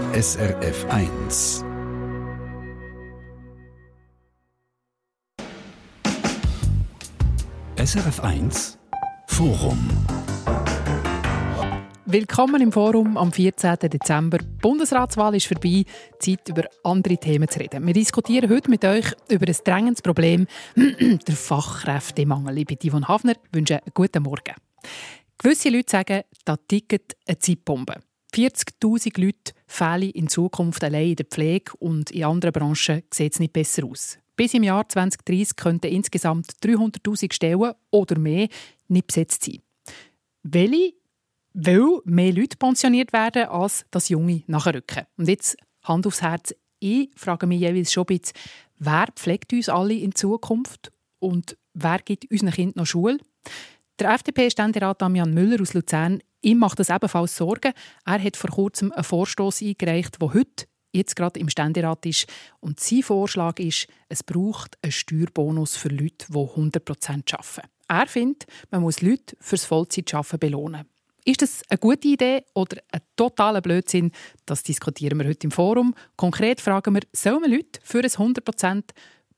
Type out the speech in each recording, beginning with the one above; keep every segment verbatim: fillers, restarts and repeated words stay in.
S R F eins. S R F eins Forum. Willkommen im Forum am vierzehnten Dezember. Die Bundesratswahl ist vorbei, Zeit über andere Themen zu reden. Wir diskutieren heute mit euch über ein drängendes Problem, der Fachkräftemangel. Ich bin Yvonne Hafner, wünsche einen guten Morgen. Gewisse Leute sagen, da tickt eine Zeitbombe. vierzigtausend Leute fehlen in Zukunft allein in der Pflege und in anderen Branchen sieht es nicht besser aus. Bis im Jahr zwanzig dreissig könnten insgesamt dreihunderttausend Stellen oder mehr nicht besetzt sein. Welche? Weil mehr Leute pensioniert werden, als das Junge nachrücken. Und jetzt Hand aufs Herz. Ich frage mich jeweils schon ein bisschen, wer pflegt uns alle in Zukunft und wer gibt unseren Kindern noch Schule? Der F D P-Ständerat Damian Müller aus Luzern, ihm macht das ebenfalls Sorgen. Er hat vor kurzem einen Vorstoss eingereicht, der heute jetzt gerade im Ständerat ist. Und sein Vorschlag ist, es braucht einen Steuerbonus für Leute, die hundert Prozent arbeiten. Er findet, man muss Leute fürs Vollzeitarbeiten belohnen. Ist das eine gute Idee oder ein totaler Blödsinn? Das diskutieren wir heute im Forum. Konkret fragen wir, sollen wir Leute für ein hundert Prozent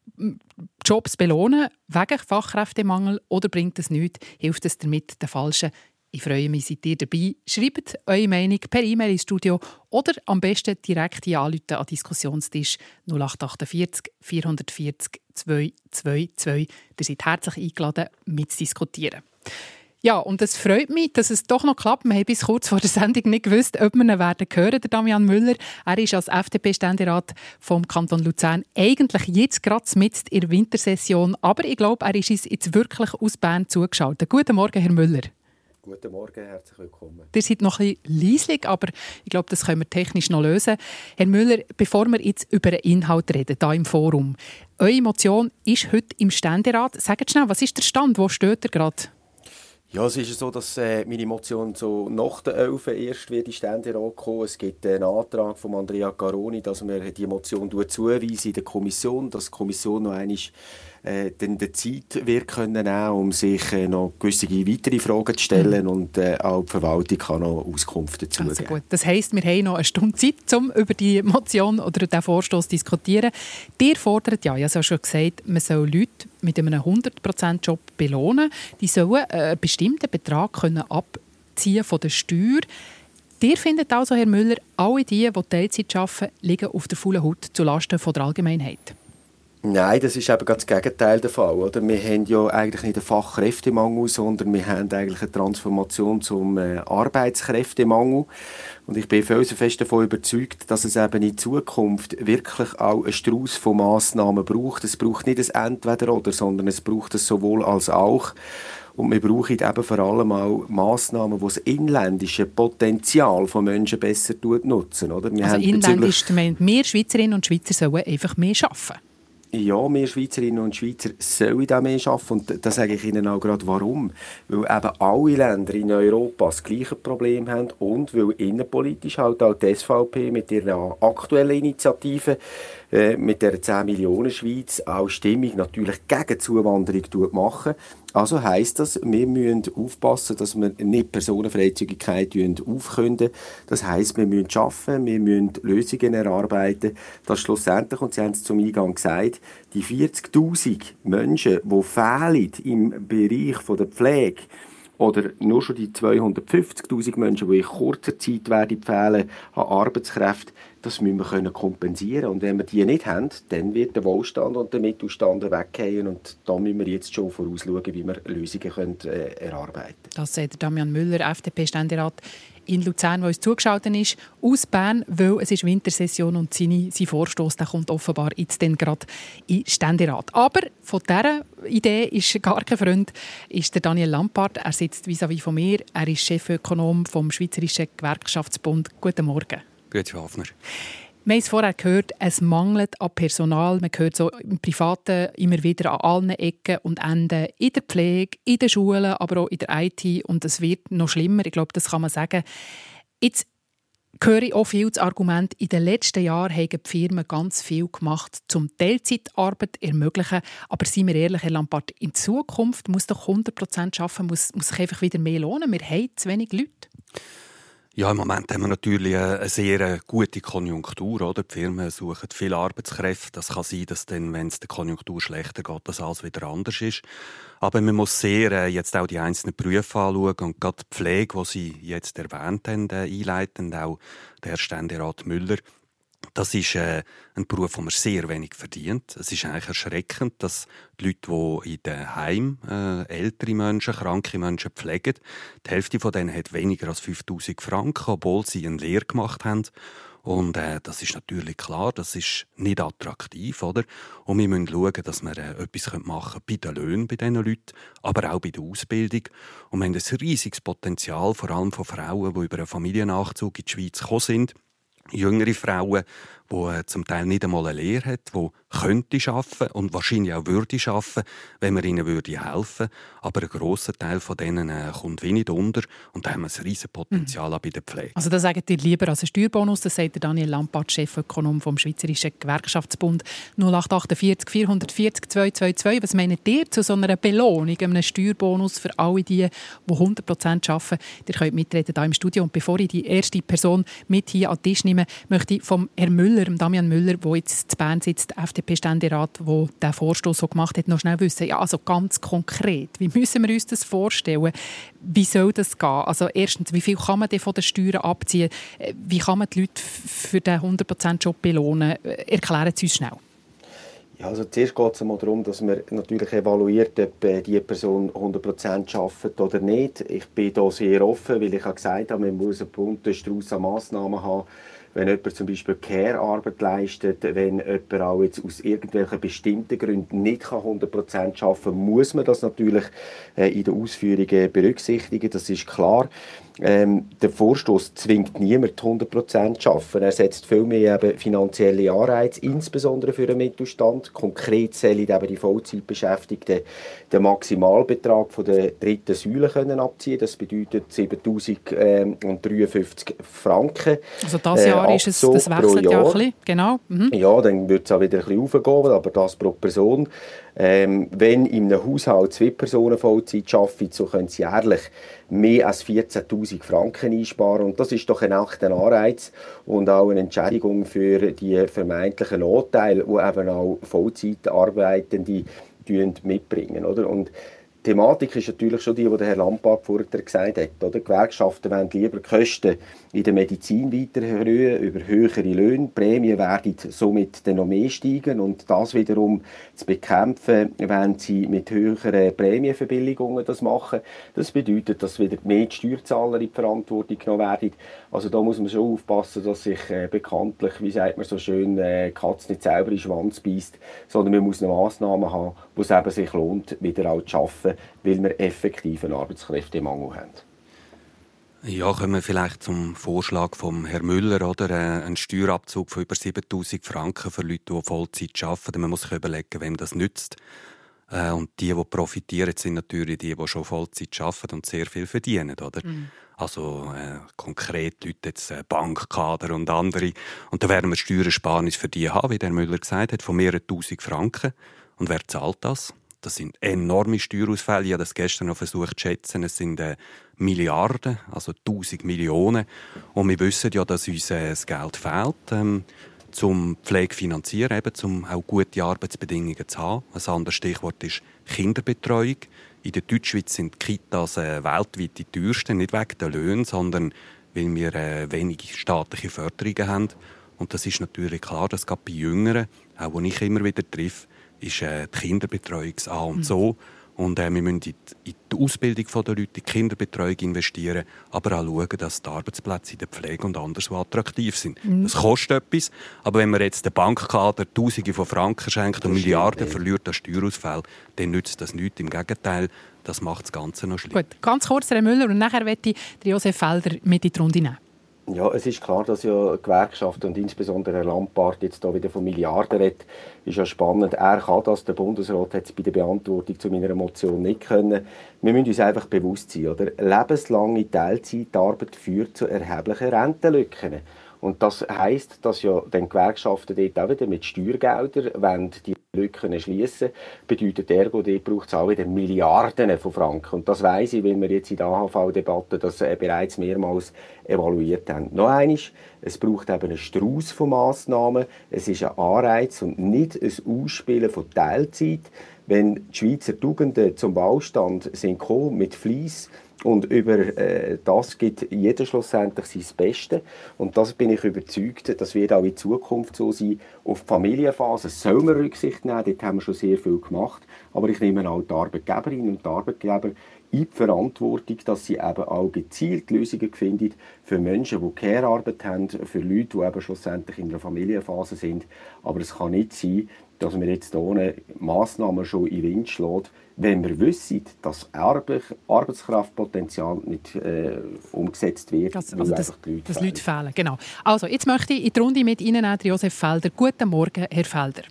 Jobs belohnen wegen Fachkräftemangel oder bringt es nichts? Hilft es damit den Falschen? Ich freue mich, seid ihr dabei. Schreibt eure Meinung per E-Mail ins Studio oder am besten direkt anrufen an den Diskussionstisch null acht achtundvierzig vierhundertvierzig zweihundertzweiundzwanzig. Ihr seid herzlich eingeladen, mitzudiskutieren. Ja, und es freut mich, dass es doch noch klappt. Wir haben bis kurz vor der Sendung nicht gewusst, ob wir ihn werden hören, der Damian Müller. Er ist als F D P-Ständerat vom Kanton Luzern eigentlich jetzt gerade mitten in der Wintersession. Aber ich glaube, er ist uns jetzt wirklich aus Bern zugeschaltet. Guten Morgen, Herr Müller. Guten Morgen, herzlich willkommen. Ihr seid noch ein bisschen leislich, aber ich glaube, das können wir technisch noch lösen. Herr Müller, bevor wir jetzt über den Inhalt reden, hier im Forum. Eure Motion ist heute im Ständerat. Sagt schnell, was ist der Stand? Wo steht ihr gerade? Ja, es ist so, dass äh, meine Motion so nach der elf erst wird in Ständerat kommen. Es gibt einen Antrag von Andrea Caroni, dass wir die Motion zuweisen in der Kommission, dass die Kommission noch einmal äh, dann die Zeit wird können nehmen, um sich äh, noch gewisse weitere Fragen zu stellen, mhm. und äh, auch die Verwaltung kann noch Auskunft dazu also geben. Gut. Das heisst, wir haben noch eine Stunde Zeit, um über die Motion oder den Vorstoss zu diskutieren. Ihr fordert ja, ich habe ja schon gesagt, man soll Leute mit einem hundert Prozent Job belohnen. Die sollen einen bestimmten Betrag können abziehen von der Steuer. Ihr findet also, Herr Müller, alle die, die Teilzeit arbeiten, liegen auf der faulen Haut zulasten der Allgemeinheit? Nein, das ist eben ganz das Gegenteil der Fall. Oder? Wir haben ja eigentlich nicht einen Fachkräftemangel, sondern wir haben eigentlich eine Transformation zum äh, Arbeitskräftemangel. Und ich bin felsenfest davon überzeugt, dass es eben in Zukunft wirklich auch einen Strauß von Massnahmen braucht. Es braucht nicht ein Entweder-oder, sondern es braucht es sowohl als auch. Und wir brauchen eben vor allem auch Massnahmen, die das inländische Potenzial von Menschen besser nutzen. Oder? Wir also haben inländisch, mehr Schweizerinnen und Schweizer sollen einfach mehr arbeiten. Ja, wir Schweizerinnen und Schweizer sollen da mehr arbeiten. Und das sage ich Ihnen auch gerade warum. Weil eben alle Länder in Europa das gleiche Problem haben und weil innenpolitisch halt auch die S V P mit ihrer aktuellen Initiative, äh, mit der zehn Millionen Schweiz, auch Stimmung natürlich gegen Zuwanderung machen. Also heisst das, wir müssen aufpassen, dass wir nicht Personenfreizügigkeit aufkünden. Das heisst, wir müssen arbeiten, wir müssen Lösungen erarbeiten, dass schlussendlich, und Sie haben es zum Eingang gesagt, die vierzigtausend Menschen, die fehlen im Bereich der Pflege, oder nur schon die zweihundertfünfzigtausend Menschen, die in kurzer Zeit werden fehlen an Arbeitskräften, das müssen wir können kompensieren. Und wenn wir die nicht haben, dann wird der Wohlstand und der Mittelstand weggehen. Und da müssen wir jetzt schon vorausschauen, wie wir Lösungen können, äh, erarbeiten können. Das sagt Damian Müller, F D P-Ständerat in Luzern, der uns zugeschaltet ist, aus Bern, weil es ist Wintersession und seine, sein Vorstoss der kommt offenbar jetzt dann gerade in Ständerat. Aber von dieser Idee ist gar kein Freund, ist der Daniel Lampard. Er sitzt vis-à-vis von mir. Er ist Chefökonom vom Schweizerischen Gewerkschaftsbund. Guten Morgen. Guten Hafner. Wir haben es vorher gehört, es mangelt an Personal. Man hört so im Privaten immer wieder an allen Ecken und Enden. In der Pflege, in den Schulen, aber auch in der I T. Und es wird noch schlimmer, ich glaube, das kann man sagen. Jetzt höre ich auch viel das Argument, in den letzten Jahren haben die Firmen ganz viel gemacht, um Teilzeitarbeit zu ermöglichen. Aber seien wir ehrlich, Herr Lampard, in Zukunft muss doch hundert Prozent arbeiten, muss, muss sich einfach wieder mehr lohnen. Wir haben zu wenig Leute. Ja, im Moment haben wir natürlich eine sehr gute Konjunktur. Oder? Die Firmen suchen viele Arbeitskräfte. Das kann sein, dass dann, wenn es der Konjunktur schlechter geht, das alles wieder anders ist. Aber man muss sehr äh, jetzt auch die einzelnen Berufe anschauen. Und gerade die Pflege, die Sie jetzt erwähnt haben, äh, einleitend, auch der Herr Ständerat Müller, das ist äh, ein Beruf, den man sehr wenig verdient. Es ist eigentlich erschreckend, dass die Leute, die in den Heimen äh, ältere Menschen, kranke Menschen pflegen, die Hälfte von denen hat weniger als fünftausend Franken, obwohl sie eine Lehre gemacht haben. Und äh, das ist natürlich klar, das ist nicht attraktiv, oder? Und wir müssen schauen, dass wir äh, etwas machen können bei den Löhnen bei diesen Leuten, aber auch bei der Ausbildung. Und wir haben ein riesiges Potenzial, vor allem von Frauen, die über einen Familiennachzug in die Schweiz gekommen sind. Jüngere Frauen, die äh, zum Teil nicht einmal eine Lehre haben, die könnte arbeiten und wahrscheinlich auch würde arbeiten, wenn wir ihnen würde helfen. Aber ein grosser Teil von denen äh, kommt wenig unter und da haben wir ein riesiges Potenzial mhm. auch bei der Pflege. Also das sagt ihr lieber als ein Steuerbonus, das sagt Daniel Lampart, Chefökonom vom Schweizerischen Gewerkschaftsbund. null acht achtundvierzig vierhundertvierzig zweihundertzweiundzwanzig. Was meint ihr zu so einer Belohnung, einem Steuerbonus für alle die, die hundert Prozent arbeiten? Ihr könnt mitreden hier im Studio. Und bevor ich die erste Person mit hier an den Tisch nehme, möchte ich vom Herrn Müller, Damian Müller, der jetzt in Bern sitzt, F D P-Ständerat, der diesen Vorstoss so gemacht hat, noch schnell wissen. Ja, also ganz konkret, wie müssen wir uns das vorstellen? Wie soll das gehen? Also erstens, wie viel kann man denn von den Steuern abziehen? Wie kann man die Leute für den hundert Prozent Job belohnen? Erklären Sie uns schnell. Ja, also zuerst geht es einmal darum, dass man natürlich evaluiert, ob die Person hundert Prozent arbeitet oder nicht. Ich bin da sehr offen, weil ich gesagt habe, man muss einen bunten Strauss an Massnahmen haben. Wenn jemand zum Beispiel Care-Arbeit leistet, wenn jemand auch jetzt aus irgendwelchen bestimmten Gründen nicht hundert Prozent arbeiten kann, muss man das natürlich in den Ausführungen berücksichtigen, das ist klar. Ähm, der Vorstoß zwingt niemand hundert Prozent zu arbeiten. Er setzt vielmehr eben finanzielle Anreize, insbesondere für den Mittelstand. Konkret sollen eben die Vollzeitbeschäftigten den Maximalbetrag von der dritten Säule können abziehen. Das bedeutet siebentausenddreiundfünfzig Franken. Also das Jahr äh, ist es, das wechselt ja ein bisschen. Genau. Mhm. Ja, dann wird es auch wieder ein bisschen raufgehen, aber das pro Person. Ähm, wenn in einem Haushalt zwei Personen Vollzeit arbeiten, so können sie jährlich mehr als vierzehntausend Franken einsparen. Und das ist doch ein echter Anreiz und auch eine Entschädigung für die vermeintlichen Nachteile, die eben auch Vollzeitarbeitende mitbringen. Oder? Und die Thematik ist natürlich schon die, die der Herr Lampart vorher gesagt hat. Oder? Die Gewerkschaften wollen lieber die Kosten in der Medizin weiter erhöhen, über höhere Löhne. Die Prämien werden somit dann noch mehr steigen. Und das wiederum zu bekämpfen, wenn sie mit höheren Prämienverbilligungen das machen. Das bedeutet, dass wieder mehr die Steuerzahler in die Verantwortung genommen werden. Also da muss man schon aufpassen, dass sich äh, bekanntlich, wie sagt man so schön, äh, die Katze nicht selber in den Schwanz beißt, sondern man muss eine Massnahmen haben, wo es eben sich lohnt, wieder auch zu arbeiten, weil wir effektiv einen Arbeitskräftemangel haben. Ja, kommen wir vielleicht zum Vorschlag von Herrn Müller, oder? Ein Steuerabzug von über siebentausend Franken für Leute, die Vollzeit arbeiten. Man muss sich überlegen, wem das nützt. Und die, die profitieren, sind natürlich die, die schon Vollzeit arbeiten und sehr viel verdienen, oder? Mhm. Also äh, konkret Leute, jetzt äh, Bankkader und andere. Und da werden wir Steuerersparnis für die haben, wie der Müller gesagt hat, von mehreren tausend Franken. Und wer zahlt das? Das sind enorme Steuerausfälle. Ich habe das gestern noch versucht zu schätzen. Es sind äh, Milliarden, also tausend Millionen. Und wir wissen ja, dass uns äh, das Geld fehlt, ähm, zum Pflege finanzieren, eben, um auch gute Arbeitsbedingungen zu haben. Ein anderes Stichwort ist Kinderbetreuung. In der Deutschschweiz sind die Kitas äh, weltweit die teuersten, nicht wegen der Löhne, sondern weil wir äh, wenig staatliche Förderungen haben. Und das ist natürlich klar, dass gerade bei Jüngeren, auch die ich immer wieder treffe, ist äh, die Kinderbetreuung das A und so. Und äh, wir müssen in die, in die Ausbildung der Leute, in die Kinderbetreuung investieren, aber auch schauen, dass die Arbeitsplätze in der Pflege und anderswo attraktiv sind. Mhm. Das kostet etwas, aber wenn man jetzt den Bankkader Tausende von Franken schenkt und Milliarden verliert an Steuerausfall, dann nützt das nichts. Im Gegenteil, das macht das Ganze noch schlimmer. Gut, ganz kurz, Herr Müller, und nachher möchte ich Josef Felder mit in die Runde nehmen. Ja, es ist klar, dass ja Gewerkschaften und insbesondere Herr Lampart jetzt hier wieder von Milliarden redet. Ist ja spannend. Er kann das, der Bundesrat hat es bei der Beantwortung zu meiner Motion nicht können. Wir müssen uns einfach bewusst sein, oder? Lebenslange Teilzeitarbeit führt zu erheblichen Rentenlücken. Und das heisst, dass ja den Gewerkschaften dort auch wieder mit Steuergeldern wollen die Lücken schliessen, bedeutet ergo, dort braucht es auch wieder Milliarden von Franken. Und das weiss ich, weil wir jetzt in der A H V-Debatte das äh, bereits mehrmals evaluiert haben. Noch einmal, es braucht eben einen Strauß von Massnahmen. Es ist ein Anreiz und nicht ein Ausspielen von Teilzeit. Wenn die Schweizer Tugenden zum Baustand sind gekommen, mit Fleiss, und über äh, das gibt jeder schlussendlich sein Bestes. Und das bin ich überzeugt, das wird auch in Zukunft so sein. Auf die Familienphase soll man Rücksicht nehmen, dort haben wir schon sehr viel gemacht. Aber ich nehme auch die Arbeitgeberinnen und die Arbeitgeber in die Verantwortung, dass sie eben auch gezielt Lösungen finden für Menschen, die Care-Arbeit haben, für Leute, die eben schlussendlich in der Familienphase sind. Aber es kann nicht sein, dass man jetzt hier Massnahmen schon in den Wind schlägt, wenn wir wissen, dass Arbeitskraftpotenzial nicht äh, umgesetzt wird, das, weil also einfach das, die Leute das fehlen. Leute fehlen. Genau. Also, jetzt möchte ich in die Runde mit Ihnen auch Josef Felder. Guten Morgen, Herr Felder.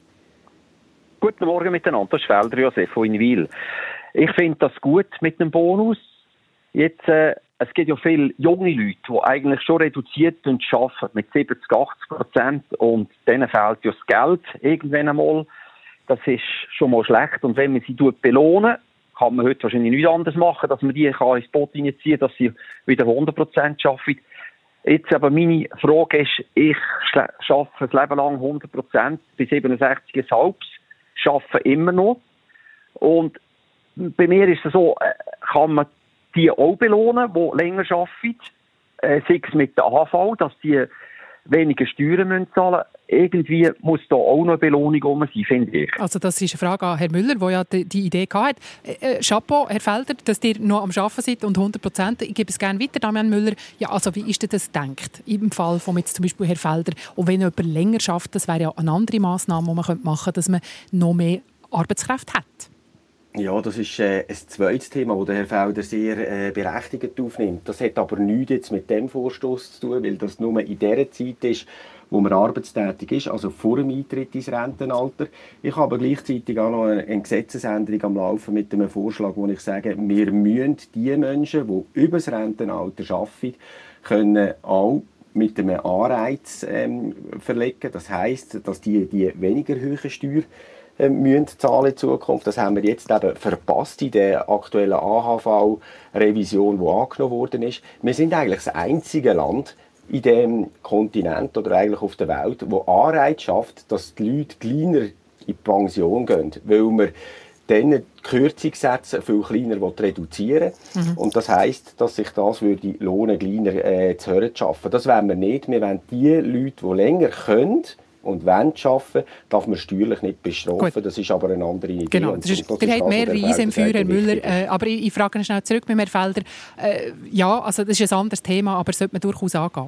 Guten Morgen miteinander, das ist Felder Josef von Inwil. Ich finde das gut mit dem Bonus. Jetzt, äh, es gibt ja viele junge Leute, die eigentlich schon reduziert arbeiten, mit siebzig, achtzig Prozent, und denen fehlt ja das Geld irgendwann einmal. Das ist schon mal schlecht. Und wenn man sie belohnen, kann man heute wahrscheinlich nichts anderes machen, dass man die ins Boot initiieren kann, dass sie wieder hundert Prozent arbeiten. Jetzt aber meine Frage ist, ich arbeite das Leben lang hundert Prozent, bis siebenundsechzig Komma fünf, arbeite immer noch. Und bei mir ist es so, kann man die auch belohnen, die länger arbeiten, äh, sei es mit der A H V, dass die weniger Steuern müssen zahlen. Irgendwie muss da auch noch eine Belohnung rum sein, finde ich. Also das ist eine Frage an Herrn Müller, der ja die, die Idee hatte. Äh, äh, Chapeau, Herr Felder, dass ihr noch am Arbeiten seid und hundert Prozent. Ich gebe es gerne weiter, Damian Müller. Ja, also wie ist denn das gedacht? Im Fall von jetzt zum Beispiel Herr Felder, und wenn jemand länger schafft, das wäre ja eine andere Massnahme, die man machen könnte, dass man noch mehr Arbeitskraft hat. Ja, das ist äh, ein zweites Thema, das Herr Felder sehr äh, berechtigt aufnimmt. Das hat aber nichts jetzt mit dem Vorstoß zu tun, weil das nur in der Zeit ist, wo man arbeitstätig ist, also vor dem Eintritt ins Rentenalter. Ich habe gleichzeitig auch noch eine, eine Gesetzesänderung am Laufen mit einem Vorschlag, wo ich sage, wir müssen die Menschen, die über das Rentenalter arbeiten, können auch mit einem Anreiz ähm, verlegen. Das heisst, dass die, die weniger hohe Steuer müssen zahlen in Zukunft. Das haben wir jetzt eben verpasst in der aktuellen A H V-Revision, die angenommen worden ist. Wir sind eigentlich das einzige Land in dem Kontinent oder eigentlich auf der Welt, wo Anreiz schafft, dass die Leute kleiner in die Pension gehen, weil wir dann die Kürzungssätze viel kleiner reduzieren will. Mhm. Und das heisst, dass sich das würde lohnen, kleiner äh, zu hören zu arbeiten. Das wollen wir nicht. Wir wollen die Leute, die länger können und wollen arbeiten, darf man steuerlich nicht bestrafen. Gut. Das ist aber eine andere Idee. Genau, das ist, der hat mehr Reise im Feuer, Herr Müller. Äh, aber ich, ich frage schnell zurück mit Herrn Felder. Äh, ja, also das ist ein anderes Thema, aber sollte man durchaus angehen?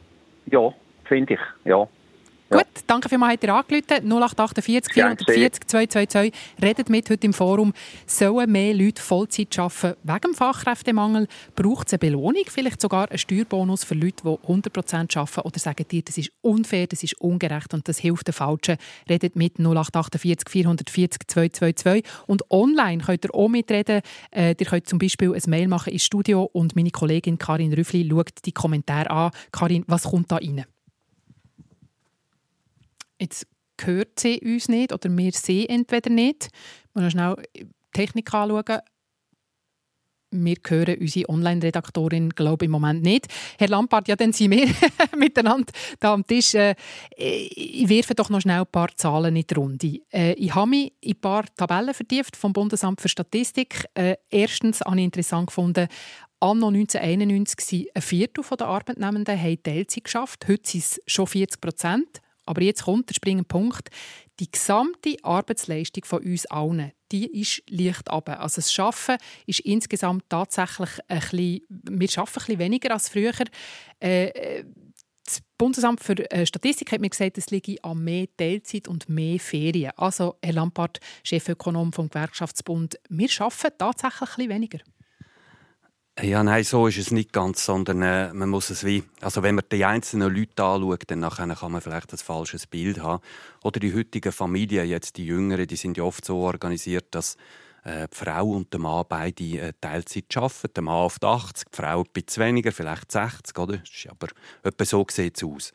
Ja, finde ich, ja. Gut, ja. Danke vielmals, habt ihr angerufen. null acht acht vier, vier vier null zwei zwei zwei. Redet mit heute im Forum. Sollen mehr Leute Vollzeit arbeiten wegen dem Fachkräftemangel? Braucht es eine Belohnung, vielleicht sogar einen Steuerbonus für Leute, die hundert Prozent arbeiten? Oder sagt ihr, das ist unfair, das ist ungerecht und das hilft den Falschen? Redet mit null acht acht vier, vier vier null zwei zwei zwei. Und online könnt ihr auch mitreden. Äh, ihr könnt zum Beispiel ein Mail machen ins Studio und meine Kollegin Karin Rüffli schaut die Kommentare an. Karin, was kommt da rein? Jetzt hört sie uns nicht oder wir sehen entweder nicht. Wir müssen schnell die Technik anschauen. Wir hören unsere Online-Redaktorin, glaube ich, im Moment nicht. Herr Lampard, ja, dann sind wir miteinander da am Tisch. Äh, ich werfe doch noch schnell ein paar Zahlen in die Runde. Äh, ich habe mich in ein paar Tabellen vertieft vom Bundesamt für Statistik. Äh, erstens habe ich interessant gefunden, anno neunzehnhunderteinundneunzig ein Viertel der Arbeitnehmenden haben Teilzeit geschafft. Heute sind es schon vierzig Prozent. Aber jetzt kommt der springende Punkt. Die gesamte Arbeitsleistung von uns allen, die ist leicht runter. Also das Arbeiten ist insgesamt tatsächlich ein bisschen, wir arbeiten ein bisschen weniger als früher. Äh, das Bundesamt für Statistik hat mir gesagt, es liege an mehr Teilzeit und mehr Ferien. Also, Herr Lampard, Chefökonom vom Gewerkschaftsbund, wir arbeiten tatsächlich ein bisschen weniger. Ja, nein, so ist es nicht ganz, sondern äh, man muss es wie, also wenn man die einzelnen Leute anschaut, dann nachher kann man vielleicht ein falsches Bild haben. Oder die heutigen Familien, jetzt die Jüngeren, die sind ja oft so organisiert, dass äh, die Frau und der Mann beide äh, Teilzeit arbeiten. Der Mann auf achtzig, die Frau ein bisschen weniger, vielleicht sechzig, oder? Aber etwa so sieht es aus.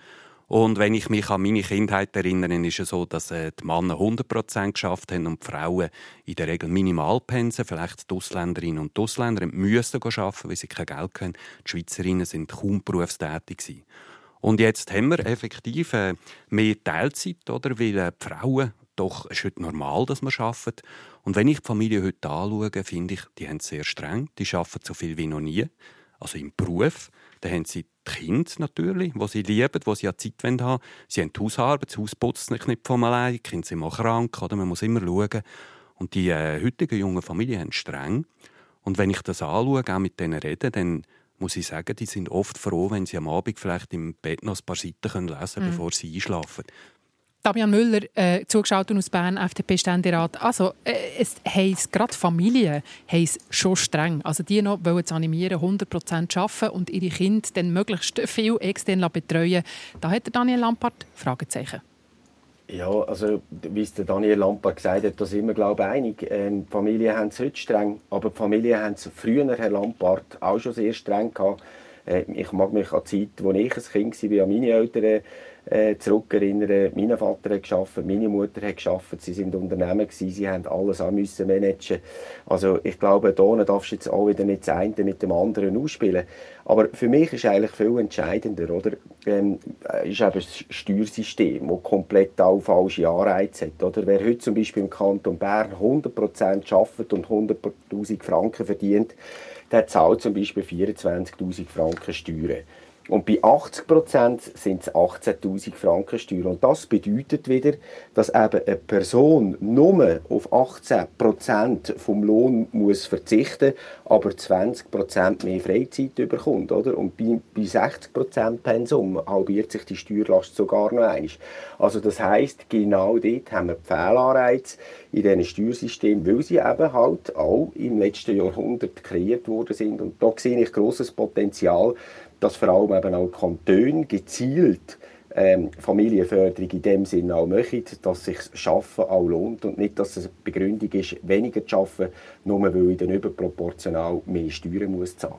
Und wenn ich mich an meine Kindheit erinnere, ist es so, dass äh, die Männer hundert Prozent geschafft haben und die Frauen in der Regel Minimalpensen. Vielleicht die Ausländerinnen und die Ausländer müssen arbeiten, weil sie kein Geld haben. Die Schweizerinnen sind kaum berufstätig gewesen. Und jetzt haben wir effektiv äh, mehr Teilzeit, oder? Weil äh, die Frauen, doch, es ist heute normal, dass man arbeitet. Und wenn ich die Familie heute anschaue, finde ich, die haben es sehr streng. Die arbeiten so viel wie noch nie. Also im Beruf. Dann haben sie die Kinder natürlich, die sie lieben, die sie ja Zeit haben wollen. Sie haben die Hausarbeit, das Haus putzt nicht von allein, die Kinder sind mal krank, oder? Man muss immer schauen. Und die äh, heutigen jungen Familien haben streng. Und wenn ich das anschaue, auch mit denen rede, dann muss ich sagen, die sind oft froh, wenn sie am Abend vielleicht im Bett noch ein paar Seiten lesen können, mhm. bevor sie einschlafen. Damian Müller, äh, zugeschaut aus Bern, F D P-Ständerat. Also, äh, es heisst, gerade Familien heisst schon streng. Also die noch wollen zu animieren, hundert Prozent arbeiten und ihre Kinder dann möglichst viel extern betreuen. Da hat der Daniel Lampard Fragezeichen. Ja, also wie es der Daniel Lampard gesagt hat, da sind wir, glaube ich, einig. Ähm, die Familien haben es heute streng, aber die Familien haben es früher, Herr Lampard, auch schon sehr streng gehabt. Äh, ich mag mich an die Zeit, als ich ein Kind war, an meine Eltern äh, zurückerinnern. Mein Vater hat gearbeitet, meine Mutter hat gearbeitet, sie waren Unternehmen, sie mussten alles auch müssen managen. Also ich glaube, da darfst du jetzt auch wieder nicht das eine mit dem anderen ausspielen. Aber für mich ist eigentlich viel entscheidender, oder? Ähm, ist eben das Steuersystem, das komplett auch falsche Anreize hat. Oder? Wer heute zum Beispiel im Kanton Bern hundert Prozent arbeitet und hunderttausend Franken verdient, der zahlt zum Beispiel vierundzwanzigtausend Franken Steuern. Und bei achtzig Prozent sind es achtzehntausend Franken Steuern. Und das bedeutet wieder, dass eben eine Person nur auf achtzehn Prozent vom Lohn muss verzichten muss, aber zwanzig Prozent mehr Freizeit bekommt. Oder? Und bei, bei sechzig Prozent Pensum halbiert sich die Steuerlast sogar noch einmal. Also das heisst, genau dort haben wir Fehlanreize in diesem Steuersystem, weil sie eben halt auch im letzten Jahrhundert kreiert worden sind. Und da sehe ich grosses Potenzial, dass vor allem eben auch Kantone gezielt ähm, Familienförderung in dem Sinne auch machen, dass sich das Arbeiten auch lohnt und nicht, dass es eine Begründung ist, weniger zu arbeiten, nur weil ich dann überproportional mehr Steuern muss zahlen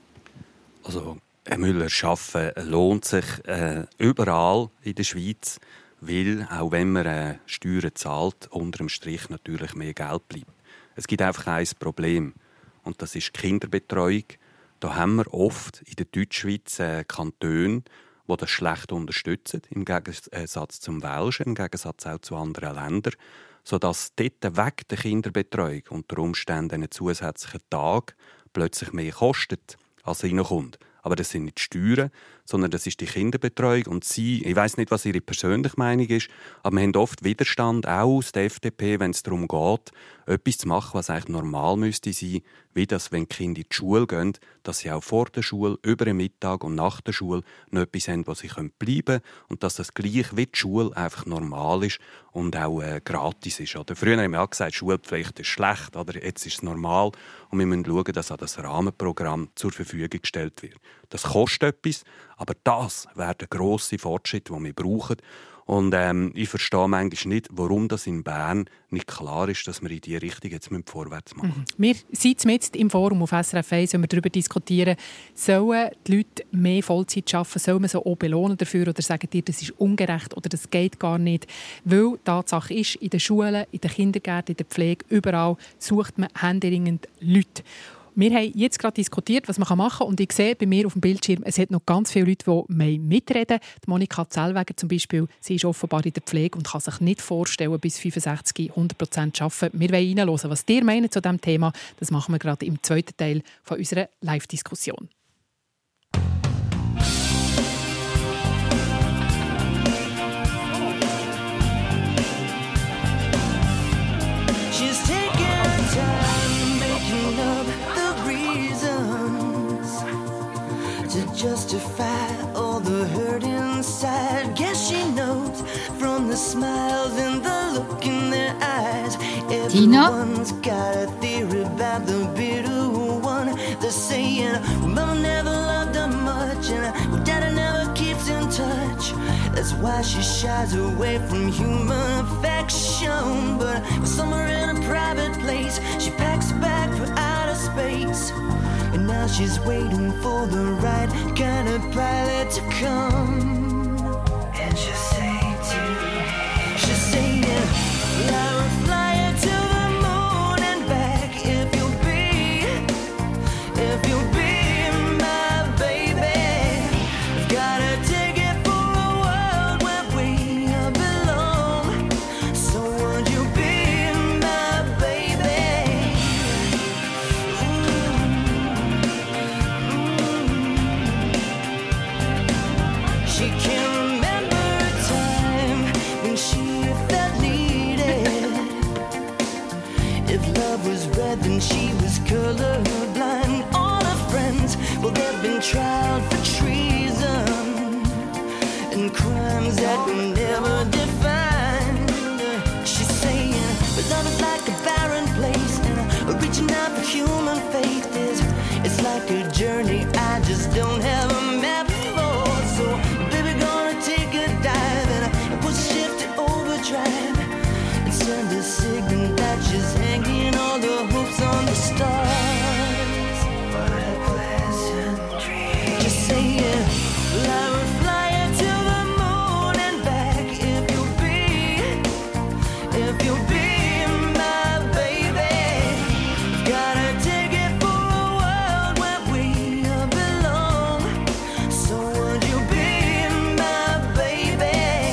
muss. Also, Herr Müller, Arbeiten lohnt sich äh, überall in der Schweiz, weil, auch wenn man äh, Steuern zahlt, unter dem Strich natürlich mehr Geld bleibt. Es gibt einfach ein Problem, und das ist die Kinderbetreuung. Da haben wir oft in der Deutschschweiz äh, Kantone, die das schlecht unterstützen, im Gegensatz zum Welschen, im Gegensatz auch zu anderen Ländern, sodass dort weg der Kinderbetreuung unter Umständen einen zusätzlichen Tag plötzlich mehr kostet, als reinkommt. Aber das sind nicht die Steuern, sondern das ist die Kinderbetreuung. Und sie, ich weiss nicht, was ihre persönliche Meinung ist, aber wir haben oft Widerstand, auch aus der F D P, wenn es darum geht, etwas zu machen, was eigentlich normal müsste sein, wie das, wenn die Kinder in die Schule gehen, dass sie auch vor der Schule, über den Mittag und nach der Schule noch etwas haben, wo sie bleiben können und dass das gleich wie die Schule einfach normal ist und auch äh, gratis ist. Oder? Früher haben wir auch gesagt, Schulpflicht ist schlecht, oder jetzt ist es normal und wir müssen schauen, dass auch das Rahmenprogramm zur Verfügung gestellt wird. Das kostet etwas, aber das wäre der grosse Fortschritt, den wir brauchen. Und ähm, ich verstehe manchmal nicht, warum das in Bern nicht klar ist, dass wir in diese Richtung jetzt vorwärts machen müssen. Mhm. Wir sind jetzt im Forum auf S R F eins, wenn wir darüber diskutieren, sollen die Leute mehr Vollzeit arbeiten, soll man sie auch belohnen dafür oder sagen dir, das ist ungerecht oder das geht gar nicht. Weil die Tatsache ist, in den Schulen, in den Kindergärten, in der Pflege, überall sucht man händeringend Leute. Wir haben jetzt gerade diskutiert, was man machen kann. Und ich sehe bei mir auf dem Bildschirm, es hat noch ganz viele Leute, die mitreden wollen. Die Monika Zellweger zum Beispiel, sie ist offenbar in der Pflege und kann sich nicht vorstellen, bis fünfundsechzig hundert Prozent zu arbeiten. Wir wollen reinhören, was ihr meint zu diesem Thema. Das machen wir gerade im zweiten Teil von unserer Live-Diskussion. Justify all the hurt inside. Guess she knows from the smiles and the look in their eyes. Everyone's got a theory about the bitter one. They're saying, well, Mama never loved her much, and Daddy never keeps in touch. That's why she shies away from human affection. But somewhere in a private place, she packs a bag for outer space. And now she's waiting for the right kind of pilot to come. And trial for treason and crimes that were never defined. She's saying, but love is like a barren place, and reaching out for human faith is, it's like a journey I just don't have a map for. So, baby, gonna take a dive and put shift to overdrive and send a signal that she's hanging all the hopes on the stars. What a pleasant dream. Just saying, I will fly you to the moon and back if you'll be, if you'll be my baby. Gotta take it for a world where we belong. So would you be my baby?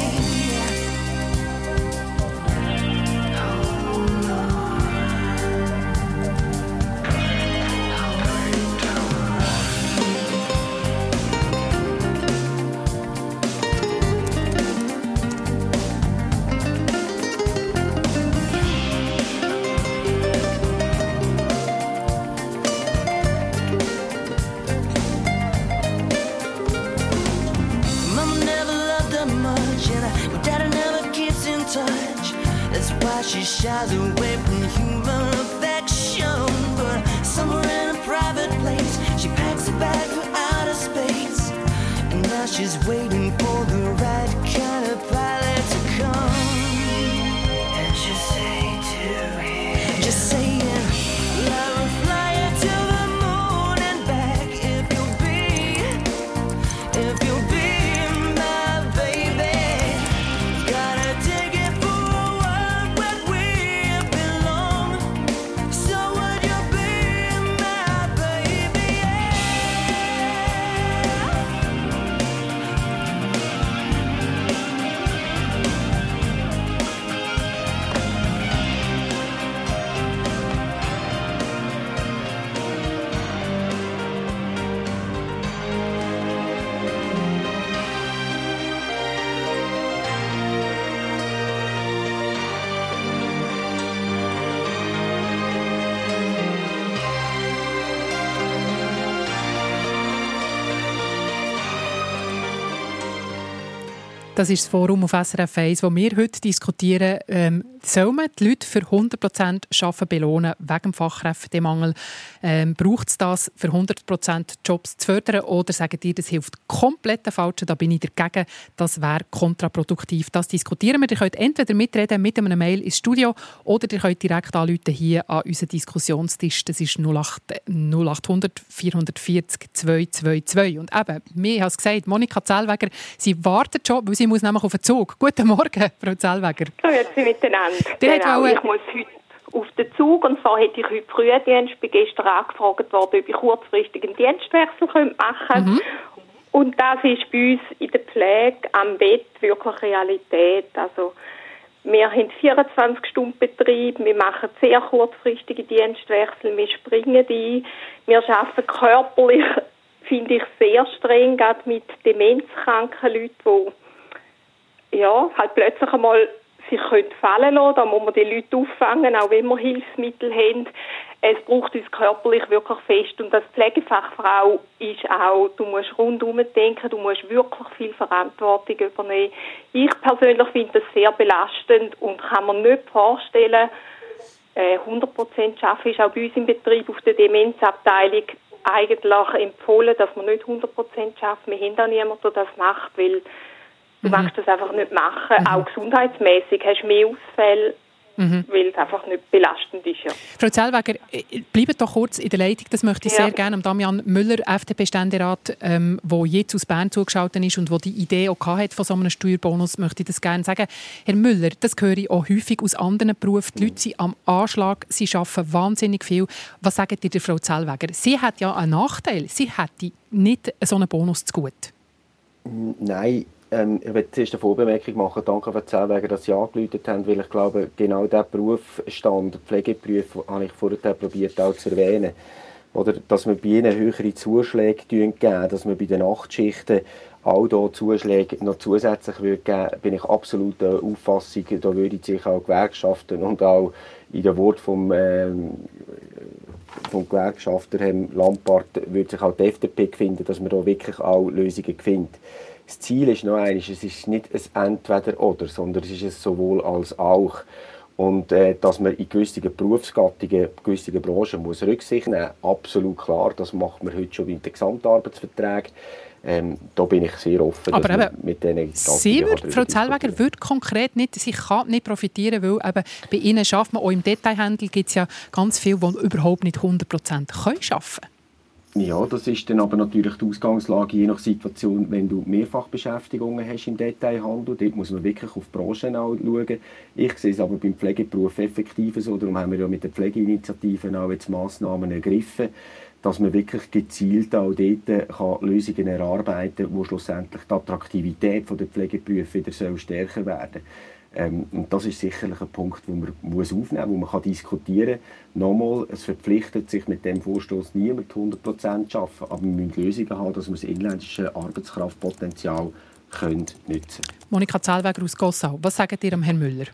Mama never loved her much, and Daddy never keeps in touch. That's why she shies away from human affection. But somewhere in a private place, she packs a bag for outer space. And now she's waiting for the right kind of pilot to come. And she'll say to him, just saying, I will fly you to the moon and back if you'll be, if you'll be my baby. Gotta take it for a world where we belong. So would you be my baby? Das ist das Forum auf S R F eins, wo wir heute diskutieren, ähm, soll man die Leute für hundert Prozent Arbeiten belohnen wegen dem Fachkräftemangel? Ähm, braucht es das, für hundert Prozent Jobs zu fördern? Oder sagt ihr, das hilft komplett der Falschen? Da bin ich dagegen. Das wäre kontraproduktiv. Das diskutieren wir. Ihr könnt entweder mitreden mit einem Mail ins Studio oder ihr könnt direkt anrufen hier an unseren Diskussionstisch. Das ist null acht hundert vierhundertvierzig zweihundertzweiundzwanzig. Und eben, mir hat es gesagt, Monika Zellweger, sie wartet schon, weil sie muss nämlich auf den Zug. Guten Morgen, Frau Zellweger. Grüezi miteinander. Genau, wollen... ich muss heute auf den Zug, und zwar hätte ich heute Frühdienst, bin gestern angefragt worden, ob ich kurzfristig einen Dienstwechsel machen könnte. Mhm. Und das ist bei uns in der Pflege am Bett wirklich Realität. Also wir haben vierundzwanzig Stunden Betrieb, wir machen sehr kurzfristige Dienstwechsel, wir springen ein, wir arbeiten körperlich, finde ich, sehr streng, gerade mit demenzkranken Leuten, die ja, halt plötzlich einmal sich fallen lassen. Da muss man die Leute auffangen, auch wenn wir Hilfsmittel haben. Es braucht uns körperlich wirklich fest. Und als Pflegefachfrau ist auch, du musst rundherum denken, du musst wirklich viel Verantwortung übernehmen. Ich persönlich finde das sehr belastend und kann mir nicht vorstellen, hundert Prozent arbeiten ist auch bei uns im Betrieb auf der Demenzabteilung eigentlich empfohlen, dass man nicht hundert Prozent arbeitet. Wir haben auch niemanden, der das macht, weil du mhm. magst das einfach nicht machen. Mhm. Auch gesundheitsmäßig hast du mehr Ausfälle, mhm. weil es einfach nicht belastend ist. Ja. Frau Zellweger, bleibt doch kurz in der Leitung. Das möchte ich ja. sehr gerne Damian Müller, F D P-Ständerat, ähm, der jetzt aus Bern zugeschaltet ist und der die Idee auch hatte von so einem Steuerbonus, möchte ich das gerne sagen. Herr Müller, das höre ich auch häufig aus anderen Berufen. Die Leute sind am Anschlag, sie arbeiten wahnsinnig viel. Was sagt ihr der Frau Zellweger? Sie hat ja einen Nachteil. Sie hätte nicht so einen Bonus zu gut. Nein. Ähm, ich möchte zuerst eine Vorbemerkung machen. Danke Frau Zellweger, dass Sie angerufen haben, weil ich glaube, genau diesen Berufsstand, Pflegeberuf, habe ich vorher probiert auch zu erwähnen. Oder, dass wir bei ihnen höhere Zuschläge geben, dass wir bei den Nachtschichten all hier Zuschläge noch zusätzlich geben würde, bin ich absolut der Auffassung, da würde sich auch Gewerkschaften und auch in den Worten vom, ähm, vom Gewerkschafter Herrn Lampard würde sich auch die F D P finden, dass man da wirklich auch Lösungen findet. Das Ziel ist noch eines, es ist nicht ein Entweder-Oder, sondern es ist ein sowohl als auch. Und äh, dass man in gewissen Berufsgattungen, gewissen Branchen muss Rücksicht nehmen muss, absolut klar, das macht man heute schon mit den Gesamtarbeitsverträgen. Ähm, da bin ich sehr offen, aber dass mit denen Sie würde, Frau Zellweger würde konkret nicht, sie kann nicht profitieren, weil eben bei Ihnen schafft man, auch im Detailhandel gibt es ja ganz viele, die überhaupt nicht hundert Prozent arbeiten können. Ja, das ist dann aber natürlich die Ausgangslage, je nach Situation, wenn du Mehrfachbeschäftigungen hast im Detailhandel. Dort muss man wirklich auf die Branchen auch schauen. Ich sehe es aber beim Pflegeberuf effektiv so, darum haben wir ja mit den Pflegeinitiativen auch jetzt Massnahmen ergriffen, dass man wirklich gezielt auch dort kann Lösungen erarbeiten kann, wo schlussendlich die Attraktivität der Pflegeberufe wieder soll stärker werden. Ähm, und das ist sicherlich ein Punkt, den man muss aufnehmen muss, wo man kann diskutieren kann. Nochmal, es verpflichtet sich mit dem Vorstoß niemand hundert Prozent zu arbeiten, aber wir müssen Lösungen haben, dass wir das inländische Arbeitskraftpotenzial können nutzen können. Monika Zellweger aus Gossau, was sagt ihr am Herrn Müller?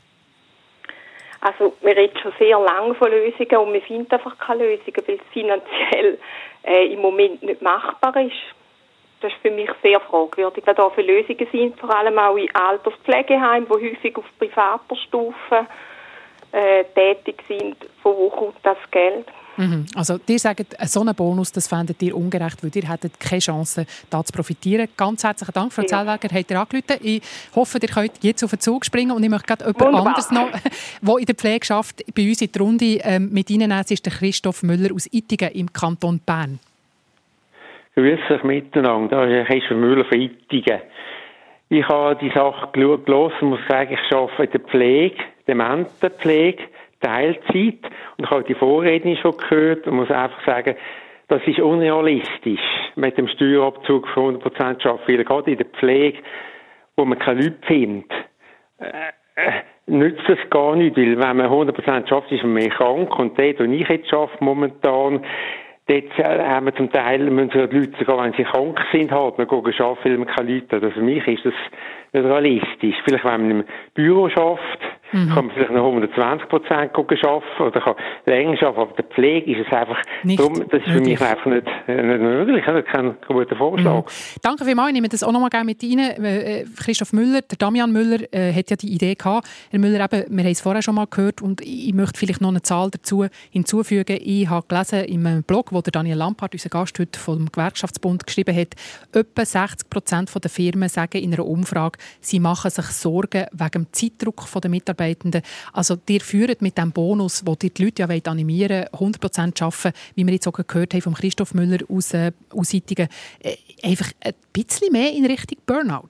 Also wir reden schon sehr lange von Lösungen und wir finden einfach keine Lösungen, weil es finanziell äh, im Moment nicht machbar ist. Das ist für mich sehr fragwürdig, was da für Lösungen sind, vor allem auch in Alterspflegeheimen, die häufig auf privater Stufe äh, tätig sind. Von wo kommt das Geld? Mhm. Also, ihr sagt, so einen Bonus, das fändet ihr ungerecht, weil ihr hättet keine Chance, da zu profitieren. Ganz herzlichen Dank, Frau ja. Zellweger, habt ihr angerufen. Ich hoffe, ihr könnt jetzt auf den Zug springen und ich möchte gerade jemand anderes noch, der in der Pflege schafft, bei uns in die Runde ähm, mit Ihnen nehmen. Das ist der Christoph Müller aus Ittigen im Kanton Bern. Grüß euch miteinander, da ist Christoph Müller von Ittigen. Ich habe die Sache gelesen und muss sagen, ich arbeite in der Pflege, Dementenpflege, Teilzeit. Und ich habe die Vorrednerin schon gehört und muss einfach sagen, das ist unrealistisch, mit dem Steuerabzug von hundert Prozent zu arbeiten. Weil gerade in der Pflege, wo man keine Leute findet, äh, äh, nützt es gar nicht, weil wenn man hundert Prozent schafft, ist man mehr krank. Und dort, wo ich jetzt arbeite momentan, dort haben wir zum Teil, müssen die Leute sogar, wenn sie krank sind, halt, wir gehen arbeiten, weil wir keine Leute haben. Also für mich ist das nicht realistisch. Vielleicht, wenn man im Büro arbeitet, mhm. kann man vielleicht noch hundertzwanzig Prozent arbeiten oder kann länger arbeiten, aber der Pflege ist es einfach, darum, das ist für mich einfach nicht, nicht möglich. Das ist kein guter Vorschlag. Mhm. Danke vielmals, ich nehme das auch noch mal gerne mit rein. Christoph Müller, der Damian Müller, äh, hat ja die Idee gehabt. Herr Müller, eben, wir haben es vorher schon mal gehört und ich möchte vielleicht noch eine Zahl dazu hinzufügen. Ich habe gelesen in einem Blog, wo der Daniel Lampard, unser Gast heute vom Gewerkschaftsbund, geschrieben hat, etwa sechzig Prozent der Firmen sagen in einer Umfrage, sie machen sich Sorgen wegen dem Zeitdruck der Mitarbeitenden. Also, ihr führt mit dem Bonus, wo ihr die Leute ja animieren wollt, hundert Prozent arbeiten, wie wir jetzt auch gehört haben von Christoph Müller aus, äh, aus Ittigen, äh, einfach ein bisschen mehr in Richtung Burnout.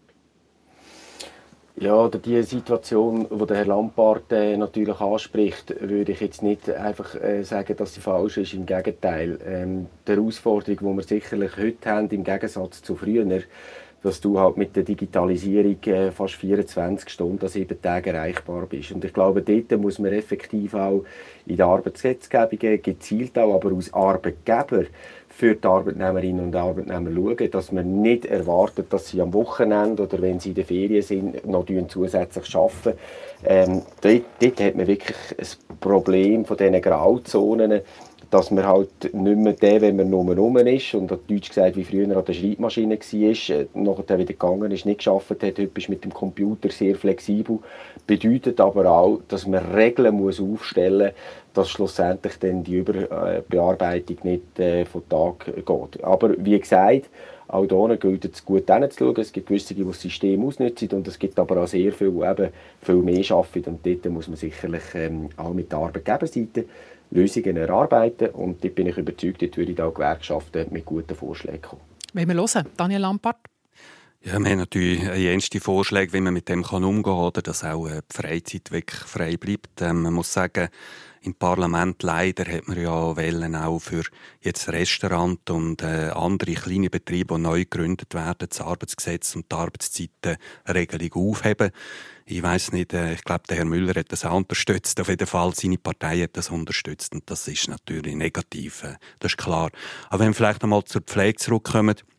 Ja, oder die Situation, die der Herr Lampard äh, natürlich anspricht, würde ich jetzt nicht einfach äh, sagen, dass sie falsch ist. Im Gegenteil. Ähm, die Herausforderung, die wir sicherlich heute haben, im Gegensatz zu früher, dass du halt mit der Digitalisierung äh, fast vierundzwanzig Stunden an sieben Tagen erreichbar bist. Und ich glaube, dort muss man effektiv auch in der Arbeitsgesetzgebung gezielt auch, aber aus Arbeitgeber für die Arbeitnehmerinnen und Arbeitnehmer schauen, dass man nicht erwartet, dass sie am Wochenende oder wenn sie in den Ferien sind, noch zusätzlich arbeiten. Ähm, dort, dort hat man wirklich ein Problem von diesen Grauzonen, dass man halt nicht mehr der, wenn man nur rum ist und auf Deutsch gesagt, wie früher an der Schreibmaschine war, nachher wieder gegangen ist, nicht gearbeitet hat, heute bist mit dem Computer sehr flexibel. Bedeutet aber auch, dass man Regeln muss aufstellen muss, dass schlussendlich dann die Überbearbeitung nicht äh, von Tag geht. Aber wie gesagt, auch hier gilt es gut hinzuschauen. Es gibt gewisse, die das System ausnutzen und es gibt aber auch sehr viele, die eben viel mehr arbeiten. Und dort muss man sicherlich ähm, auch mit der Arbeitgeberseite Lösungen erarbeiten und dort bin ich überzeugt, dort würde auch Gewerkschaften mit guten Vorschlägen kommen. Wollen wir hören? Daniel Lampard? Ja, wir haben natürlich jenste Vorschläge, wie man mit dem umgehen kann, oder dass auch die Freizeit wirklich frei bleibt. Ähm, man muss sagen, im Parlament leider hat man ja Wellen auch für jetzt Restaurant und äh, andere kleine Betriebe, die neu gegründet werden, das Arbeitsgesetz und die Arbeitszeitenregelung aufheben. Ich weiss nicht, äh, ich glaube, der Herr Müller hat das auch unterstützt. Auf jeden Fall, seine Partei hat das unterstützt. Und das ist natürlich negativ, äh, das ist klar. Aber wenn wir vielleicht einmal zur Pflege zurückkommen,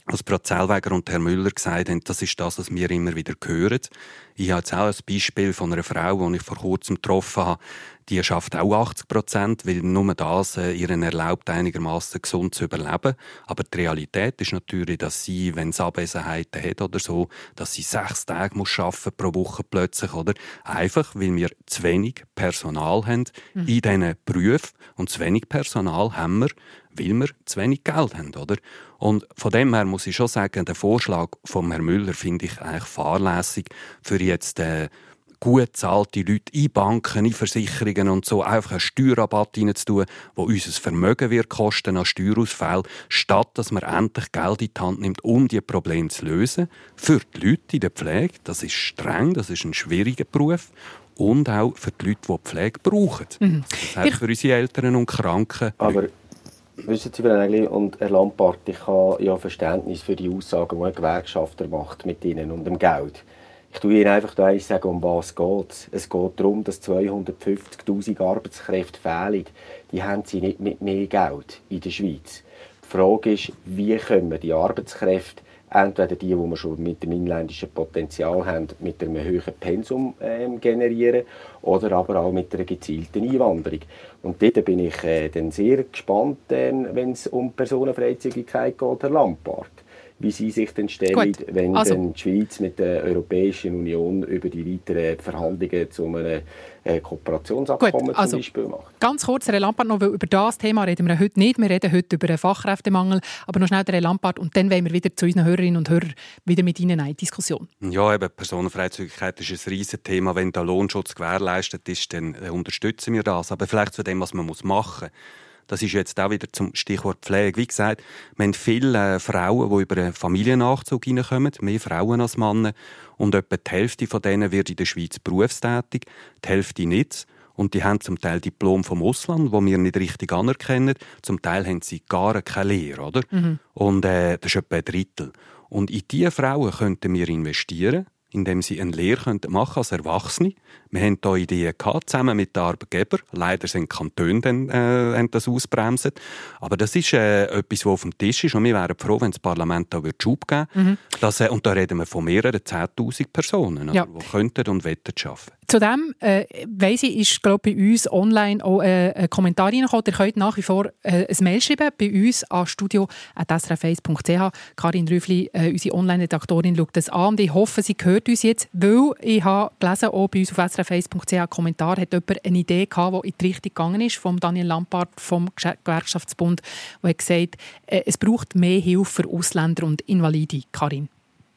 was Frau Zellweger und Herr Müller gesagt haben, das ist das, was wir immer wieder hören. Ich habe jetzt auch ein Beispiel von einer Frau, die ich vor kurzem getroffen habe. Die schafft auch achtzig Prozent, weil nur das äh, ihren erlaubt, einigermaßen gesund zu überleben. Aber die Realität ist natürlich, dass sie, wenn sie Abwesenheiten hat oder so, dass sie sechs Tage muss arbeiten pro Woche plötzlich, oder? Einfach, weil wir zu wenig Personal haben mhm. in diesen Berufen. Und zu wenig Personal haben wir, weil wir zu wenig Geld haben, oder? Und von dem her muss ich schon sagen, der Vorschlag von Herrn Müller finde ich eigentlich fahrlässig, für jetzt äh, gut bezahlte Leute in Banken, in Versicherungen und so einfach einen Steuerrabatt reinzutun, der uns ein Vermögen wird kosten an Steuerausfällen, statt dass man endlich Geld in die Hand nimmt, um diese Probleme zu lösen. Für die Leute in der Pflege, das ist streng, das ist ein schwieriger Beruf. Und auch für die Leute, die die Pflege brauchen. Mhm. Das heißt für unsere Eltern und Kranken. Aber wissen Sie, Frau und Herr Lampart, ich habe ja Verständnis für die Aussagen, die ein Gewerkschafter macht mit Ihnen und dem Geld. Ich tue Ihnen einfach da sagen, um was geht es. Es geht darum, dass zweihundertfünfzigtausend Arbeitskräfte fehlen. Die haben Sie nicht mit mehr Geld in der Schweiz. Die Frage ist, wie können wir die Arbeitskräfte, entweder die, die wir schon mit dem inländischen Potenzial haben, mit einem höheren Pensum äh, generieren oder aber auch mit einer gezielten Einwanderung. Und dort bin ich äh, dann sehr gespannt, äh, wenn es um Personenfreizügigkeit geht, Herr Lampart. Wie Sie sich denn stellen, Gut. wenn also. dann die Schweiz mit der Europäischen Union über die weiteren Verhandlungen zu einem äh, Kooperationsabkommen Gut, also, zum Beispiel macht. Ganz kurz, Herr Lampart, noch, weil über das Thema reden wir heute nicht. Wir reden heute über einen Fachkräftemangel. Aber noch schnell, Herr Lampart, und dann wollen wir wieder zu unseren Hörerinnen und Hörern wieder mit Ihnen eine Diskussion. Ja, eben, Personenfreizügigkeit ist ein riesiges Thema. Wenn der Lohnschutz gewährleistet ist, dann äh, unterstützen wir das. Aber vielleicht zu dem, was man machen muss. Das ist jetzt auch wieder zum Stichwort Pflege. Wie gesagt, wir haben viele äh, Frauen, die über einen Familiennachzug hineinkommen, mehr Frauen als Männer. Und etwa die Hälfte von denen wird in der Schweiz berufstätig, die Hälfte nicht. Und die haben zum Teil Diplom vom Ausland, das wir nicht richtig anerkennen. Zum Teil haben sie gar keine Lehre, oder? Mhm. Und äh, das ist etwa ein Drittel. Und in diese Frauen könnten wir investieren, indem sie eine Lehre machen können als Erwachsene. Wir hatten hier Ideen gehabt, zusammen mit den Arbeitgebern. Leider sind die Kantone dann, äh, haben das ausbremsen. Aber das ist äh, etwas, das auf dem Tisch ist. Und wir wären froh, wenn das Parlament da Schub geben würde. Mhm. Das, äh, und da reden wir von mehreren zehntausend Personen, ja. die könnten und wollen arbeiten. Zudem, äh, weiss ich, ist glaub, bei uns online auch äh, ein Kommentar reingekommen. Ihr könnt nach wie vor äh, ein Mail schreiben bei uns an studio at s r f eins punkt c h. Karin Rüffli, äh, unsere Online-Redaktorin, schaut das an. Und ich hoffe, sie hört uns jetzt, weil ich habe gelesen, auch bei uns auf s r f eins punkt c h Kommentar hat jemand eine Idee gehabt, die in die Richtung gegangen ist, von Daniel Lampart vom Gewerkschaftsbund, der hat gesagt, äh, es braucht mehr Hilfe für Ausländer und Invalide. Karin.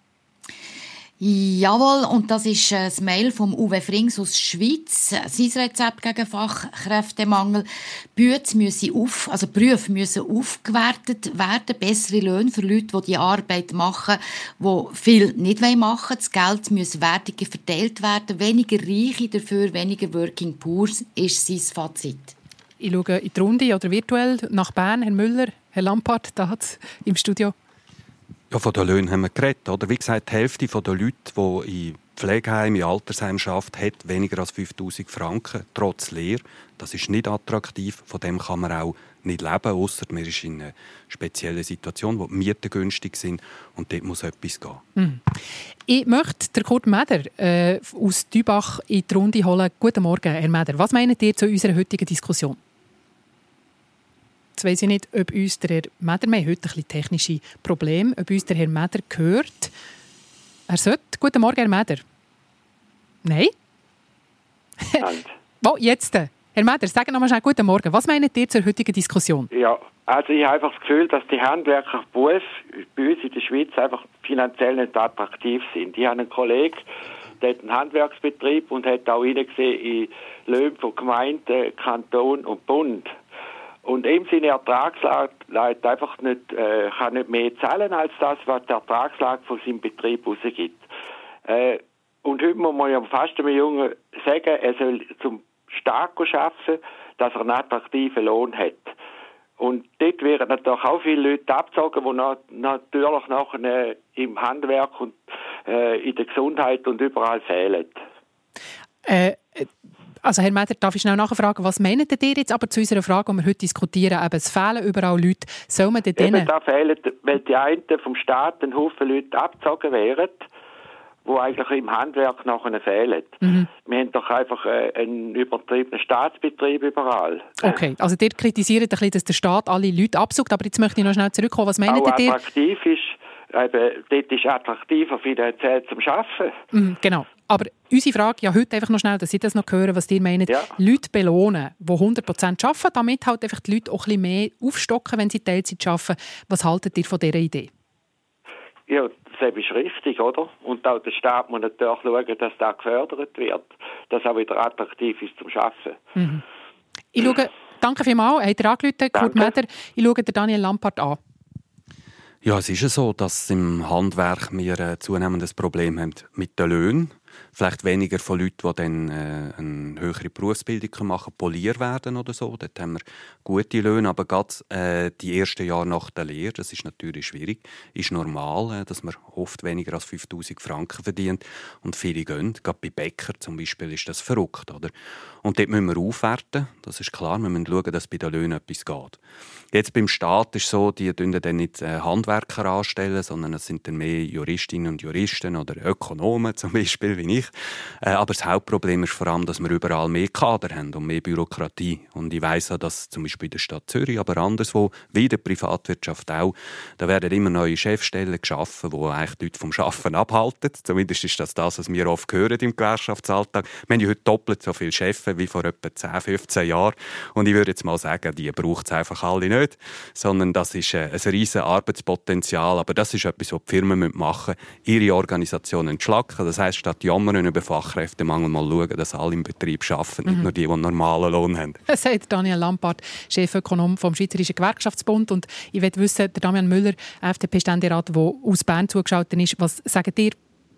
Jawohl, und das ist das Mail vom Uwe Frings aus der Schweiz. Sein Rezept gegen Fachkräftemangel. Berufe müssen, auf, also Berufe müssen aufgewertet werden. Bessere Löhne für Leute, die die Arbeit machen, die viel nicht machen wollen. Das Geld muss wertiger verteilt werden. Weniger Reiche, dafür weniger Working Poor, ist sein Fazit. Ich schaue in die Runde oder virtuell nach Bern. Herr Müller, Herr Lampart, da im Studio. Ja, von den Löhnen haben wir geredet. Oder? Wie gesagt, die Hälfte der Leute, die in Pflegeheimen, in Altersheimen arbeiten, hat weniger als fünftausend Franken, trotz Lehre. Das ist nicht attraktiv. Von dem kann man auch nicht leben, ausser man ist in einer speziellen Situation, wo die Mieten günstig sind. Und dort muss etwas gehen. Mhm. Ich möchte Kurt Meder äh, aus Dübach in die Runde holen. Guten Morgen, Herr Meder. Was meint ihr zu unserer heutigen Diskussion? Jetzt weiss ich nicht, ob uns der Herr Meder, wir haben heute ein bisschen technische Probleme, ob uns der Herr Meder hört. Er sollte. Guten Morgen, Herr Meder. Nein? Oh, jetzt. Herr Meder, sagen noch mal schnell guten Morgen. Was meint ihr zur heutigen Diskussion? Ja, also ich habe einfach das Gefühl, dass die Handwerkerberufe bei uns in der Schweiz einfach finanziell nicht attraktiv sind. Ich habe einen Kollegen, der hat einen Handwerksbetrieb und hat auch hineingesehen in Löhne von Gemeinden, Kanton und Bund. Und ihm seine Ertragslage einfach nicht, äh, kann nicht mehr zahlen als das, was die Ertragslage von seinem Betrieb rausgibt. Äh, und heute muss man ja fast einem Jungen sagen, er soll zum stark arbeiten, dass er einen attraktiven Lohn hat. Und dort werden natürlich auch viele Leute abgezogen, die na, natürlich nachher äh, im Handwerk und äh, in der Gesundheit und überall fehlen. Äh, Also Herr Meder, darf ich schnell nachfragen, was meinen ihr jetzt aber zu unserer Frage, die wir heute diskutieren, eben, es fehlen überall Leute, soll man denn Eben, da fehlen, weil die einen vom Staat ein Haufen Leute abgezogen wären, die eigentlich im Handwerk nachher fehlen. Mhm. Wir haben doch einfach äh, einen übertriebenen Staatsbetrieb überall. Okay, also ihr kritisiert ein bisschen, dass der Staat alle Leute absucht, aber jetzt möchte ich noch schnell zurückkommen. Was meinen Auch ihr? Attraktiv ist, eben, dort ist attraktiver finanziell zum Arbeiten. Mhm, genau. Aber unsere Frage ja heute einfach noch schnell, dass Sie das noch hören, was ihr meint, ja. Leute belohnen, die hundert Prozent arbeiten, damit halt einfach die Leute auch ein bisschen mehr aufstocken, wenn sie Teilzeit arbeiten. Was haltet ihr von dieser Idee? Ja, das ist richtig, oder? Und auch der Staat muss natürlich schauen, dass das gefördert wird, dass auch wieder attraktiv ist zum Arbeiten. Mhm. Ich schaue, danke vielmals, habt ihr angerufen, Kurt Meder. Ich schaue den Daniel Lampard an. Ja, es ist ja so, dass im Handwerk wir ein zunehmendes Problem haben mit den Löhnen. Vielleicht weniger von Leuten, die dann äh, eine höhere Berufsbildung machen können, Polier werden oder so. Dort haben wir gute Löhne, aber gerade äh, die ersten Jahre nach der Lehre, das ist natürlich schwierig, ist normal, äh, dass man oft weniger als fünftausend Franken verdient und viele gehen. Gerade bei Bäcker zum Beispiel ist das verrückt, oder? Und dort müssen wir aufwerten, das ist klar, wir müssen schauen, dass bei den Löhnen etwas geht. Jetzt beim Staat ist es so, die stellen dann nicht äh, Handwerker anstellen, sondern es sind dann mehr Juristinnen und Juristen oder Ökonomen zum Beispiel, wie ich. Äh, aber das Hauptproblem ist vor allem, dass wir überall mehr Kader haben und mehr Bürokratie. Und ich weiss auch, dass zum Beispiel in der Stadt Zürich, aber anderswo, wie in der Privatwirtschaft auch, da werden immer neue Chefstellen geschaffen, die eigentlich die Leute vom Arbeiten abhalten. Zumindest ist das das, was wir oft hören im Gewerkschaftsalltag. Wir haben ja heute doppelt so viele Chefs wie vor etwa zehn, fünfzehn Jahren. Und ich würde jetzt mal sagen, die braucht es einfach alle nicht, sondern das ist ein riesiges Arbeitspotenzial. Aber das ist etwas, was die Firmen machen müssen, ihre Organisation entschlacken. Das heisst, statt jammern über Fachkräftemangel mal schauen, dass alle im Betrieb arbeiten, nicht mhm. nur die, die einen normalen Lohn haben. Das sagt Daniel Lampard, Chefökonom vom Schweizerischen Gewerkschaftsbund. Und ich möchte wissen, der Damian Müller, F D P-Ständerat, der aus Bern zugeschaltet ist, was sagt ihr?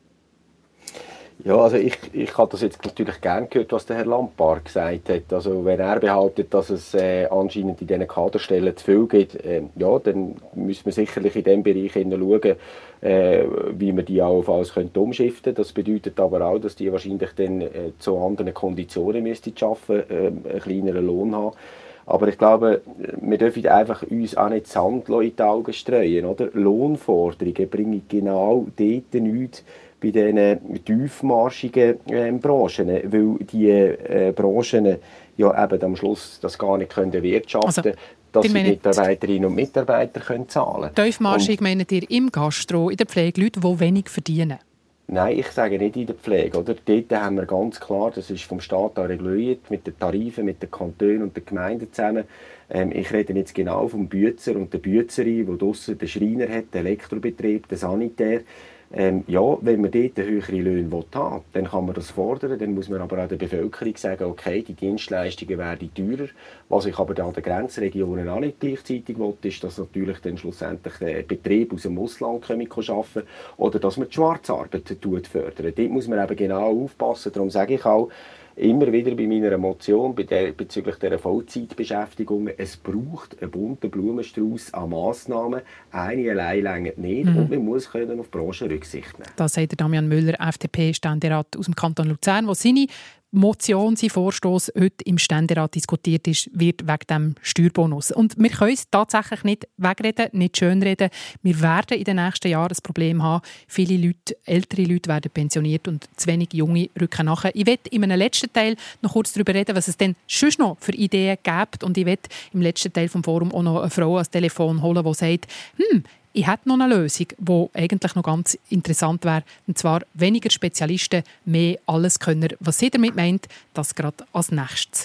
Ja, also ich, ich habe das jetzt natürlich gerne gehört, was der Herr Lampard gesagt hat. Also wenn er behauptet, dass es äh, anscheinend in diesen Kaderstellen zu viel gibt, äh, ja, dann müssen wir sicherlich in diesem Bereich schauen, äh, wie wir die auch auf alles können umschiften können. Das bedeutet aber auch, dass die wahrscheinlich dann äh, zu anderen Konditionen müssten arbeiten, äh, einen kleineren Lohn haben. Aber ich glaube, wir dürfen einfach uns auch nicht Sand in die Augen streuen. Oder? Lohnforderungen bringen genau dort nichts bei diesen tiefmarschigen äh, Branchen, weil die äh, Branchen ja eben am Schluss das gar nicht können wirtschaften können, also, dass die Mitarbeiterinnen und Mitarbeiter können zahlen können. Tiefmarschig meint ihr im Gastro, in der Pflege, Leute, die wenig verdienen? Nein, ich sage nicht in der Pflege. Oder? Dort haben wir ganz klar, das ist vom Staat auch reguliert, mit den Tarifen, mit den Kantonen und den Gemeinden zusammen. Ähm, ich rede jetzt genau vom Bützer und der Bützerin, die draussen den Schreiner hat, den Elektrobetrieb, den Sanitär. Ähm, ja, wenn man dort höhere Löhne haben will, dann kann man das fordern. Dann muss man aber auch der Bevölkerung sagen, okay, die Dienstleistungen werden teurer. Was ich aber an den Grenzregionen auch nicht gleichzeitig will, ist, dass natürlich dann schlussendlich der Betrieb aus dem Ausland arbeiten oder dass man die Schwarzarbeit fördert. Dort muss man eben genau aufpassen. Darum sage ich auch, immer wieder bei meiner Motion bei der, bezüglich dieser Vollzeitbeschäftigung, es braucht einen bunten Blumenstrauß an Massnahmen. Eine allein reicht nicht mhm. und man muss können auf die Branche Rücksicht nehmen. Das sagt Damian Müller, F D P-Ständerat aus dem Kanton Luzern, der seine Motion, sein Vorstoß heute im Ständerat diskutiert ist, wird wegen dem Steuerbonus. Und wir können es tatsächlich nicht wegreden, nicht schönreden. Wir werden in den nächsten Jahren ein Problem haben. Viele Leute, ältere Leute werden pensioniert und zu wenig Junge rücken nachher. Ich werde in einem letzten Teil noch kurz darüber reden, was es denn sonst noch für Ideen gibt. Und ich werde im letzten Teil des Forums auch noch eine Frau ans Telefon holen, die sagt, hm, ich hätte noch eine Lösung, die eigentlich noch ganz interessant wäre. Und zwar weniger Spezialisten, mehr Alleskönner. Was sie damit meint, das gerade als nächstes.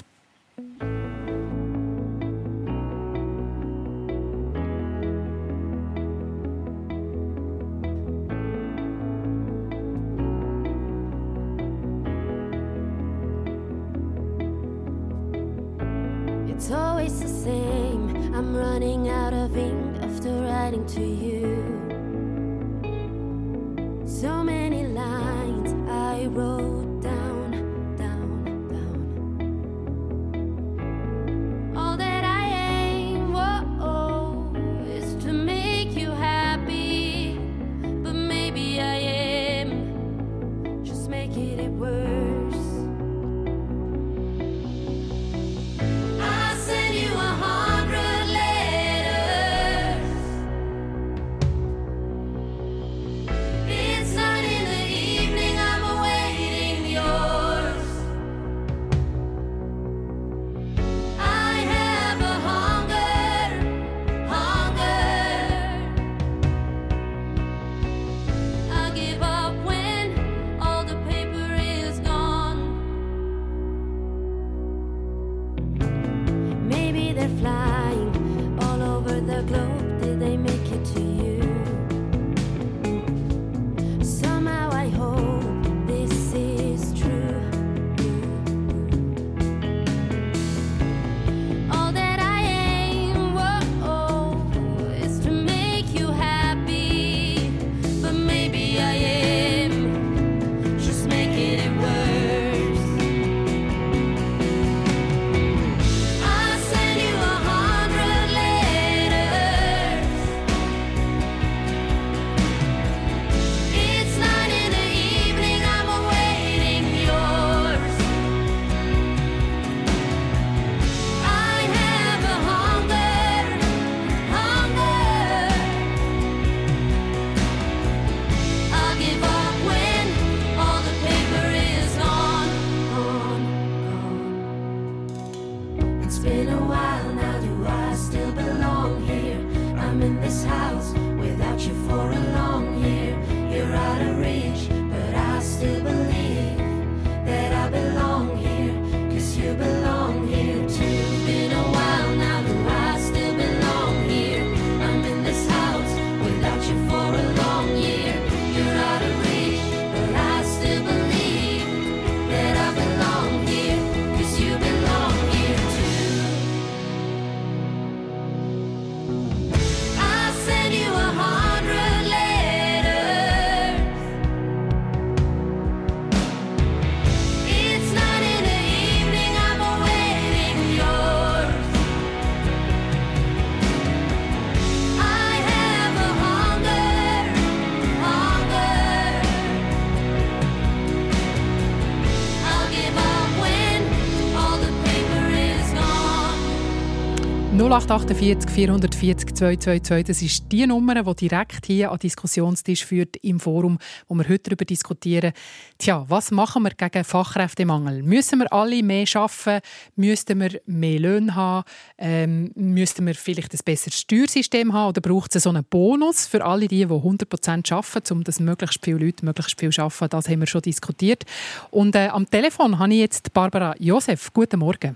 It's always the same. I'm running out of ink after writing to you. So many lines I wrote down, down, down. All that I aim, whoa, is to make you happy. But maybe I am just making it worse. null acht acht vier vier vier vier zwei zwei zwei, das ist die Nummer, die direkt hier an den Diskussionstisch führt im Forum, wo wir heute darüber diskutieren. Tja, was machen wir gegen Fachkräftemangel? Müssen wir alle mehr arbeiten? Müssten wir mehr Löhne haben? Ähm, müssten wir vielleicht ein besseres Steuersystem haben? Oder braucht es so einen Bonus für alle die, die hundert Prozent arbeiten, um dass möglichst viele Leute möglichst viel arbeiten? Das haben wir schon diskutiert. Und äh, am Telefon habe ich jetzt Barbara Joseph. Guten Morgen.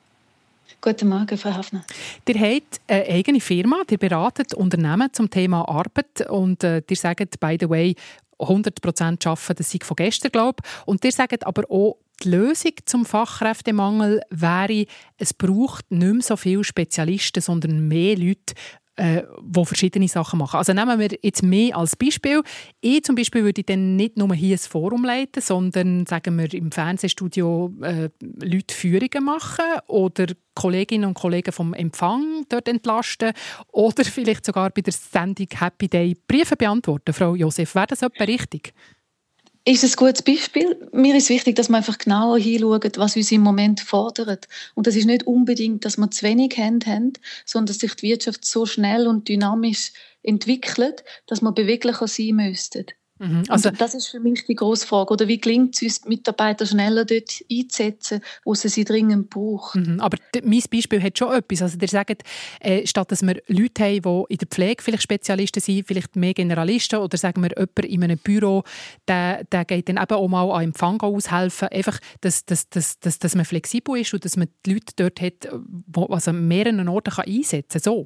Guten Morgen, Frau Hafner. Ihr habt eine eigene Firma, ihr beratet Unternehmen zum Thema Arbeit und äh, ihr sagt, by the way, hundert Prozent arbeiten, das sei von gestern, glaube ich. Und ihr sagt aber auch, die Lösung zum Fachkräftemangel wäre, es braucht nicht mehr so viele Spezialisten, sondern mehr Leute, äh, die verschiedene Sachen machen. Also nehmen wir jetzt mehr als Beispiel. Ich zum Beispiel würde dann nicht nur hier ein Forum leiten, sondern sagen wir im Fernsehstudio äh, Leute Führungen machen oder Kolleginnen und Kollegen vom Empfang dort entlasten oder vielleicht sogar bei der Sendung Happy Day Briefe beantworten. Frau Joseph, wäre das etwa richtig? Ist ein gutes Beispiel. Mir ist wichtig, dass man einfach genauer hinschaut, was uns im Moment fordert. Und das ist nicht unbedingt, dass wir zu wenig Hände haben, sondern dass sich die Wirtschaft so schnell und dynamisch entwickelt, dass wir beweglicher sein müssten. Mhm. Also, und das ist für mich die grosse Frage. Oder wie gelingt es uns, die Mitarbeiter schneller dort einzusetzen, wo sie sie dringend brauchen? Mhm. Aber d- mein Beispiel hat schon etwas. Also, ihr sagt, äh, statt dass wir Leute haben, die in der Pflege vielleicht Spezialisten sind, vielleicht mehr Generalisten, oder sagen wir, jemand in einem Büro, der, der geht dann eben auch mal an Empfang aushelfen. Einfach, dass, dass, dass, dass, dass man flexibel ist und dass man die Leute dort hat, wo also an mehreren Orten kann einsetzen kann. So.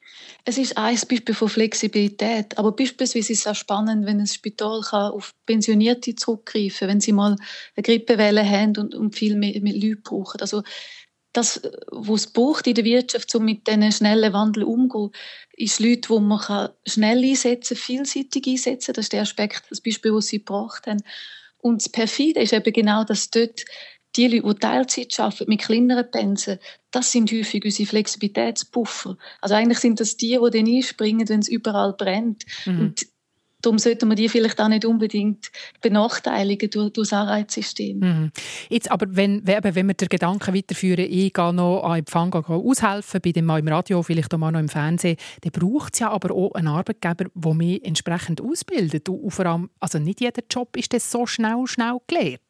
Es ist ein Beispiel von Flexibilität, aber beispielsweise ist es auch spannend, wenn ein Spital kann auf Pensionierte zurückgreifen kann, wenn sie mal eine Grippewelle haben und, und viel mehr, mehr Leute brauchen. Also das, was es braucht in der Wirtschaft, um mit diesen schnellen Wandel umzugehen, ist Leute, die man kann schnell einsetzen kann, vielseitig einsetzen. Das ist der Aspekt, das Beispiel, das Sie gebracht haben. Und das Perfide ist eben genau, dass dort die Leute, die Teilzeit arbeiten, mit kleineren Pensen, das sind häufig unsere Flexibilitätspuffer. Also eigentlich sind das die, die dann einspringen, wenn es überall brennt. Mhm. Und darum sollten wir die vielleicht auch nicht unbedingt benachteiligen durch, durch das Anreizsystem. Mhm. Jetzt aber, wenn, wenn wir den Gedanken weiterführen, ich gehe noch an Empfang aushelfen, bei dem mal im Radio, vielleicht auch mal noch im Fernsehen, dann braucht es ja aber auch einen Arbeitgeber, der mich entsprechend ausbildet. Und vor allem, also nicht jeder Job ist das so schnell, schnell gelernt.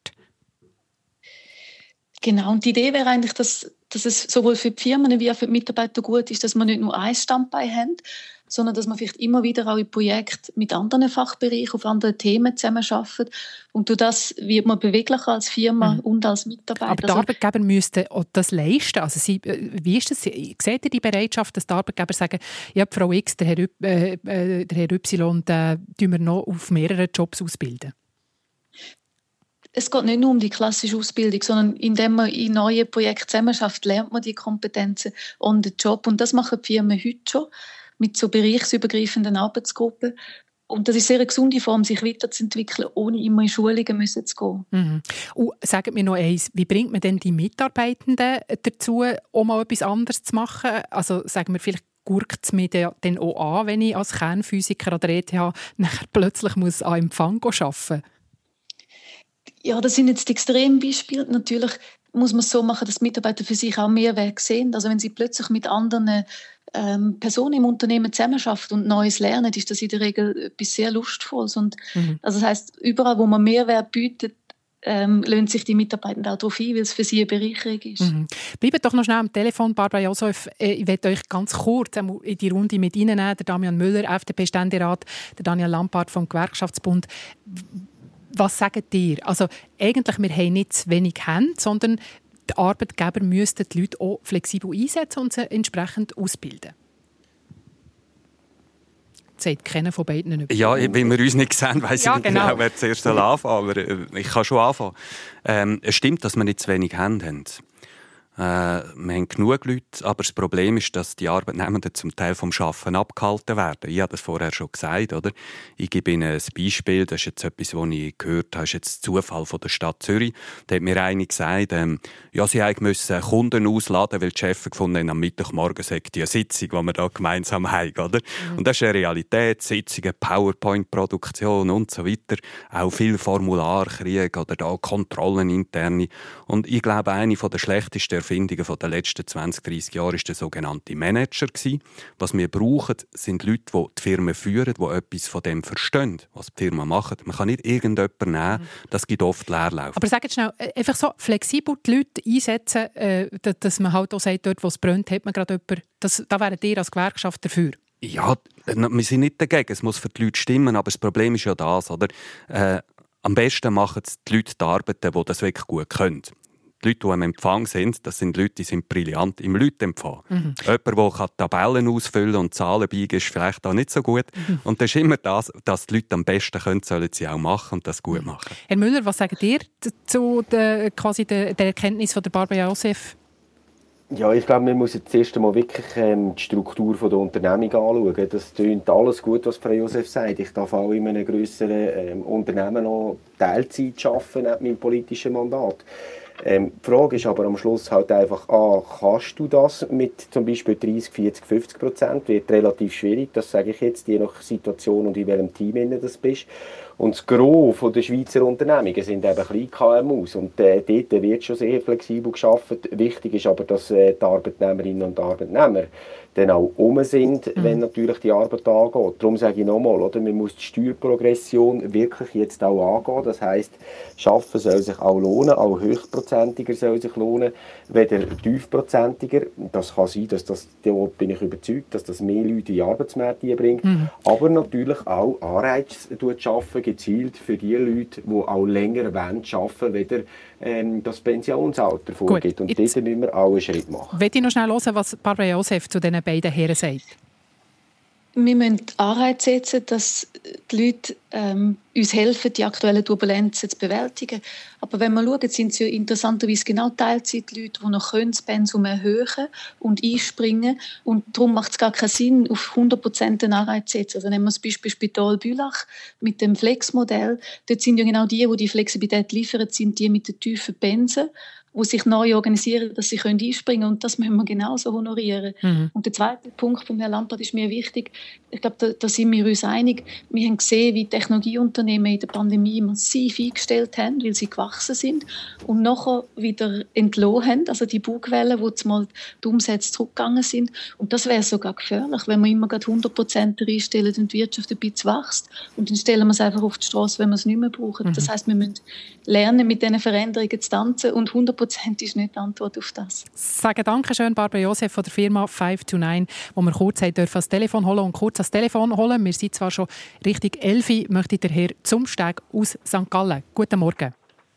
Genau, und die Idee wäre eigentlich, dass, dass es sowohl für die Firmen wie auch für die Mitarbeiter gut ist, dass wir nicht nur ein Standbein haben, sondern dass man vielleicht immer wieder auch in Projekten mit anderen Fachbereichen auf anderen Themen zusammenarbeitet. Und durch das wird man beweglicher als Firma mhm. und als Mitarbeiter. Aber die Arbeitgeber müssten auch das leisten. Also sie, wie ist das? Seht ihr die Bereitschaft, dass die Arbeitgeber sagen, ja, Frau X, der Herr, äh, der Herr Y, den tun wir noch auf mehreren Jobs ausbilden? Es geht nicht nur um die klassische Ausbildung, sondern indem man in neuen Projekten zusammenarbeitet, lernt man die Kompetenzen on the job. Und das machen die Firmen heute schon mit so bereichsübergreifenden Arbeitsgruppen. Und das ist eine sehr gesunde Form, sich weiterzuentwickeln, ohne immer in Schulungen müssen zu gehen. Mhm. Und sagt mir noch eins, wie bringt man denn die Mitarbeitenden dazu, um mal etwas anderes zu machen? Also sagen wir vielleicht, guckt es mir dann auch an, wenn ich als Kernphysiker an der E T H nachher plötzlich muss an Empfang arbeiten muss? Ja, das sind jetzt die Extrembeispiele. Natürlich muss man es so machen, dass die Mitarbeiter für sich auch Mehrwert sehen. Also wenn sie plötzlich mit anderen ähm, Personen im Unternehmen zusammenarbeiten und Neues lernen, ist das in der Regel etwas sehr Lustvolles. Und, mhm. also das heisst, überall, wo man Mehrwert bietet, ähm, lohnt sich die Mitarbeiter auch darauf ein, weil es für sie eine Bereicherung ist. Mhm. Bleibt doch noch schnell am Telefon, Barbara Joseph. Ich möchte euch ganz kurz in die Runde mit Ihnen nehmen. Der Damian Müller, F D P-Ständerat, der Daniel Lampard vom Gewerkschaftsbund. Was sagt ihr? Also eigentlich, wir haben nicht zu wenig Hände, sondern die Arbeitgeber müssten die Leute auch flexibel einsetzen und sie entsprechend ausbilden. Sagt keiner von beiden nicht. Ja, wenn wir uns nicht sehen, weiss ja, ich nicht genau. genau, wer zuerst anfangen soll. Aber ich kann schon anfangen. Ähm, es stimmt, dass wir nicht zu wenig Hände haben. Äh, wir haben genug Leute, aber das Problem ist, dass die Arbeitnehmenden zum Teil vom Arbeiten abgehalten werden. Ich habe das vorher schon gesagt, oder? Ich gebe Ihnen ein Beispiel, das ist jetzt etwas, das ich gehört habe, das ist jetzt Zufall von der Stadt Zürich. Da hat mir eine gesagt, ähm, ja, sie müssen Kunden ausladen, weil die Chefs gefunden haben, am Mittwochmorgen sei die eine Sitzung, die wir da gemeinsam haben, oder? Mhm. Und das ist eine Realität, Sitzungen, PowerPoint-Produktion und so weiter. Auch viel Formularkrieg oder da Kontrollen interne. Und ich glaube, eine der schlechtesten Erfindungen der letzten zwanzig, dreissig Jahre war der sogenannte Manager. Was wir brauchen, sind Leute, die die Firmen führen, die etwas von dem verstehen, was die Firma macht. Man kann nicht irgendjemanden nehmen, das gibt oft Leerlauf. Aber sag jetzt schnell, einfach so flexibel die Leute einsetzen, äh, dass man halt auch sagt, dort, wo es brennt, hat man gerade jemanden, das, da wären ihr als Gewerkschaft dafür? Ja, wir sind nicht dagegen, es muss für die Leute stimmen, aber das Problem ist ja das, oder? Äh, am besten machen es die Leute die Arbeiten, die das wirklich gut können. Die Leute, die am Empfang sind, das sind Leute, die sind brillant im Leuteempfang. Mhm. Jemand, der Tabellen ausfüllen und Zahlen biegen, ist vielleicht auch nicht so gut. Mhm. Und das ist immer das, dass die Leute am besten können, sollen sie auch machen und das gut machen. Herr Müller, was sagt ihr zu der, quasi der, der Erkenntnis von der Barbara Joseph? Ja, ich glaube, man muss jetzt erst einmal wirklich ähm, die Struktur von der Unternehmung anschauen. Das klingt alles gut, was Frau Joseph sagt. Ich darf auch in einem grösseren ähm, Unternehmen noch Teilzeit arbeiten, neben meinem politischen Mandat. Ähm, die Frage ist aber am Schluss halt einfach, ah, kannst du das mit zum Beispiel dreißig, vierzig, fünfzig Prozent? Wird relativ schwierig, das sage ich jetzt, je nach Situation und in welchem Team du bist. Und das Gros der Schweizer Unternehmungen sind eben kleine K M Us und äh, dort wird schon sehr flexibel gearbeitet. Wichtig ist aber, dass äh, die Arbeitnehmerinnen und Arbeitnehmer dann auch um sind, mhm. wenn natürlich die Arbeit angeht. Darum sage ich nochmal, oder, man muss die Steuerprogression wirklich jetzt auch angehen. Das heisst, Arbeiten soll sich auch lohnen, auch höchstprozentiger soll sich lohnen, weder tiefprozentiger. Das kann sein, dass das, da bin ich überzeugt, dass das mehr Leute in die Arbeitsmärkte einbringt. Mhm. Aber natürlich auch Anreize schaffen, gezielt für die Leute, die auch länger arbeiten wollen, weder ähm, das Pensionsalter vorgeht. Gut, und dort müssen wir auch einen Schritt machen. Wollt ihr noch schnell hören, was Barbara Joseph zu diesen beiden Herren sagt? Wir müssen Anreize setzen, dass die Leute ähm, uns helfen, die aktuellen Turbulenzen zu bewältigen. Aber wenn wir schauen, sind es ja interessanterweise genau Teilzeitleute, die noch das Pensum erhöhen und einspringen. Und darum macht es gar keinen Sinn, auf hundert Prozent einen Anreiz zu setzen. Also nehmen wir das Beispiel Spital Bülach mit dem Flex-Modell. Dort sind ja genau die, die die Flexibilität liefern, sind die mit den tiefen Pensen, die sich neu organisieren, dass sie einspringen können. Und das müssen wir genauso honorieren. Mhm. Und der zweite Punkt von Herrn Lampert ist mir wichtig. Ich glaube, da, da sind wir uns einig. Wir haben gesehen, wie Technologieunternehmen in der Pandemie massiv eingestellt haben, weil sie gewachsen sind und nachher wieder entlassen haben. Also die Bugwellen, wo mal die Umsätze zurückgegangen sind. Und das wäre sogar gefährlich, wenn wir immer gerade hundert Prozent einstellen und die Wirtschaft ein bisschen wächst. Und dann stellen wir es einfach auf die Straße, wenn wir es nicht mehr brauchen. Mhm. Das heisst, wir müssen lernen, mit diesen Veränderungen zu tanzen und hundert Prozent ist nicht die Antwort auf das. Sagen danke schön, Barbara Joseph von der Firma five two nine, wo wir kurz haben dürfen, das Telefon holen und kurz das Telefon holen. Wir sind zwar schon Richtung elf, möchte der Herr Zumsteg aus Sankt Gallen. Guten Morgen.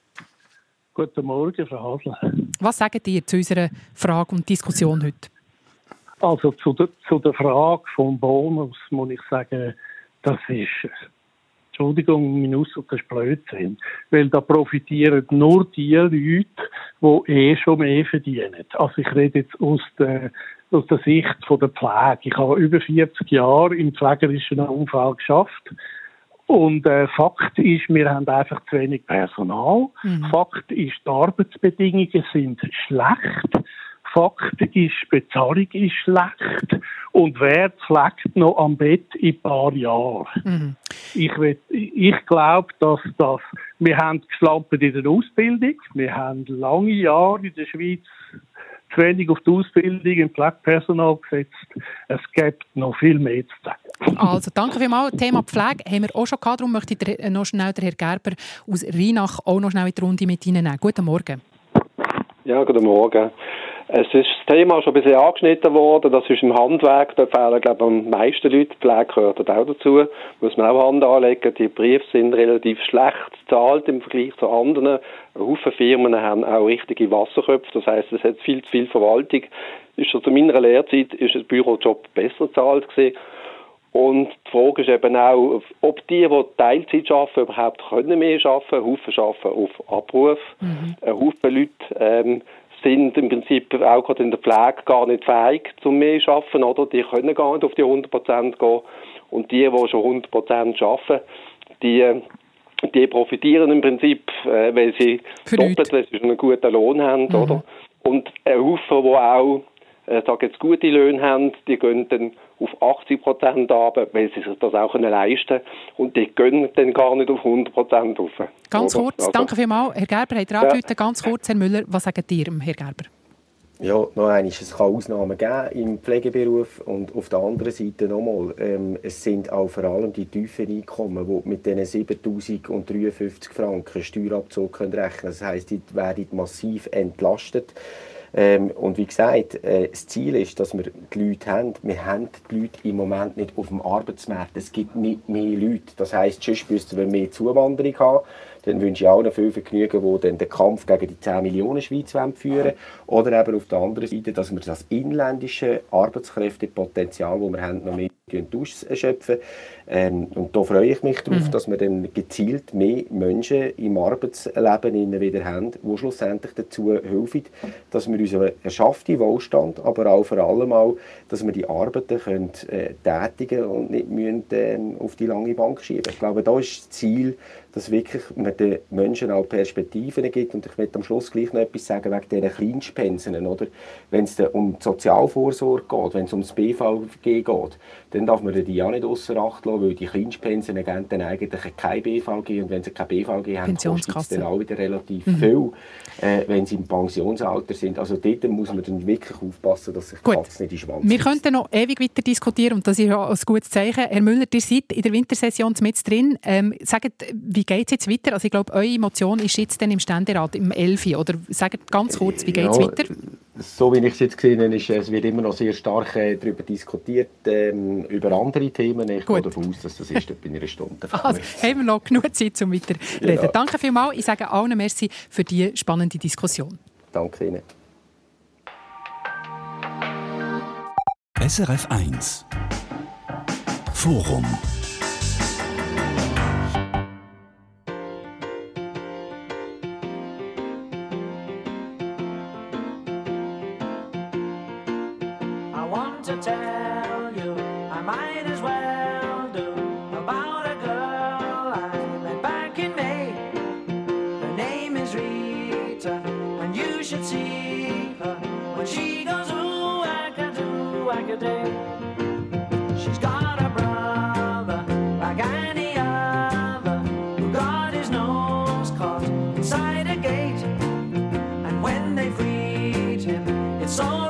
Guten Morgen, Frau Hasler. Was sagt ihr zu unserer Frage und Diskussion heute? Also zu der, zu der Frage vom Bonus muss ich sagen, das ist... Entschuldigung, mein Ausdruck, das ist Blödsinn. Weil da profitieren nur die Leute, die eh schon mehr verdienen. Also ich rede jetzt aus der, aus der Sicht von der Pflege. Ich habe über vierzig Jahre im pflegerischen Umfeld geschafft. Und äh, Fakt ist, wir haben einfach zu wenig Personal. Mhm. Fakt ist, die Arbeitsbedingungen sind schlecht. Fakt ist, die Bezahlung ist schlecht. Und wer pflegt noch am Bett in ein paar Jahren? Mhm. Ich, ich glaube, dass das, wir haben geschlampt in der Ausbildung. Wir haben lange Jahre in der Schweiz zu wenig auf die Ausbildung im Pflegepersonal gesetzt. Es gibt noch viel mehr zu sagen. Also, danke vielmals. Thema Pflege haben wir auch schon gehabt. Darum möchte ich noch schnell den Herrn Gerber aus Rheinach auch noch schnell in die Runde mit reinnehmen. Guten Morgen. Ja, guten Morgen. Es ist das Thema schon ein bisschen angeschnitten worden. Das ist im Handwerk. Da fehlen, glaube ich, am meisten Leute. Die Pflege gehört auch dazu. Muss man auch Hand anlegen. Die Briefe sind relativ schlecht bezahlt im Vergleich zu anderen. Haufen Firmen haben auch richtige Wasserköpfe. Das heisst, es hat viel zu viel Verwaltung. Ist schon zu meiner Lehrzeit ist ein Bürojob besser bezahlt gewesen. Und die Frage ist eben auch, ob die, die Teilzeit arbeiten, überhaupt können mehr arbeiten. Haufen arbeiten auf Abruf. Mhm. Ein Haufen Leute ähm, sind im Prinzip auch gerade in der Pflege gar nicht fähig, zum mehr zu arbeiten, oder? Die können gar nicht auf die hundert Prozent gehen. Und die, die schon hundert Prozent arbeiten, die, die profitieren im Prinzip, äh, weil sie Für doppelt, weil sie schon einen guten Lohn haben, mhm. oder? Und ein Haufen, die auch, äh, sage jetzt, gute Löhne haben, die gehen dann auf achtzig Prozent runter, weil sie sich das auch leisten können. Und die gehen dann gar nicht auf hundert Prozent rauf. Ganz oder? kurz, also, danke vielmals. Herr Gerber hat angerufen. Ja. Ganz kurz, Herr Müller, was sagt ihr, Herr Gerber? Ja, noch einmal, es kann Ausnahmen geben im Pflegeberuf und auf der anderen Seite nochmal, ähm, es sind auch vor allem die tiefen Einkommen, die mit diesen siebentausenddreiundfünfzig Franken Steuerabzug können rechnen können. Das heisst, die werden massiv entlastet. Ähm, und wie gesagt, äh, das Ziel ist, dass wir die Leute haben. Wir haben die Leute im Moment nicht auf dem Arbeitsmarkt. Es gibt nicht mehr Leute. Das heisst, sonst müssten wir mehr Zuwanderung haben. Dann wünsche ich allen viel Vergnügen, die dann den Kampf gegen die zehn Millionen Schweiz führen wollen. Oder eben auf der anderen Seite, dass wir das inländische Arbeitskräftepotenzial, das wir haben, noch mehr ausschöpfen. Ähm, und da freue ich mich darauf, mhm. dass wir dann gezielt mehr Menschen im Arbeitsleben wieder haben, die schlussendlich dazu helfen, dass wir unseren erschafften Wohlstand, aber auch vor allem auch, dass wir die Arbeiten können, äh, tätigen und nicht müssen, äh, auf die lange Bank schieben. Ich glaube, da ist das Ziel, dass wirklich man den Menschen auch Perspektiven gibt. Und ich möchte am Schluss gleich noch etwas sagen wegen diesen Kleinstpensen. Oder? Wenn es um die Sozialvorsorge geht, wenn es um das B V G geht, dann darf man die auch nicht ausser Acht lassen, weil die Kleinstpensen geben dann eigentlich kein B V G. Und wenn sie kein B V G haben, kostet es dann auch wieder relativ mhm. viel, äh, wenn sie im Pensionsalter sind. Also dort muss man dann wirklich aufpassen, dass sich die Katze nicht in den Schwanz Wir könnten noch ewig weiter diskutieren und das ist ja ein gutes Zeichen. Herr Müller, ihr seid in der Wintersession mit drin. Ähm, sagt, wie geht es jetzt weiter? Also ich glaube, eure Motion ist jetzt dann im Ständerat im elfi. Oder sagt ganz kurz, wie geht es ja, weiter? So wie ich es jetzt gesehen habe, ist, es wird immer noch sehr stark äh, darüber diskutiert, ähm, über andere Themen. Ich Gut. gehe davon aus, dass das erst in einer Stunde also, haben wir noch genug Zeit, um weiter zu reden. Ja. Danke vielmals. Ich sage allen merci für diese spannende Diskussion. Danke Ihnen. S R F eins Forum. To tell you, I might as well do about a girl I met back in May. Her name is Rita, and you should see her when she goes ooh, whack-a-doo, whack-a-day. She's got a brother like any other who got his nose caught inside a gate, and when they freed him, it's so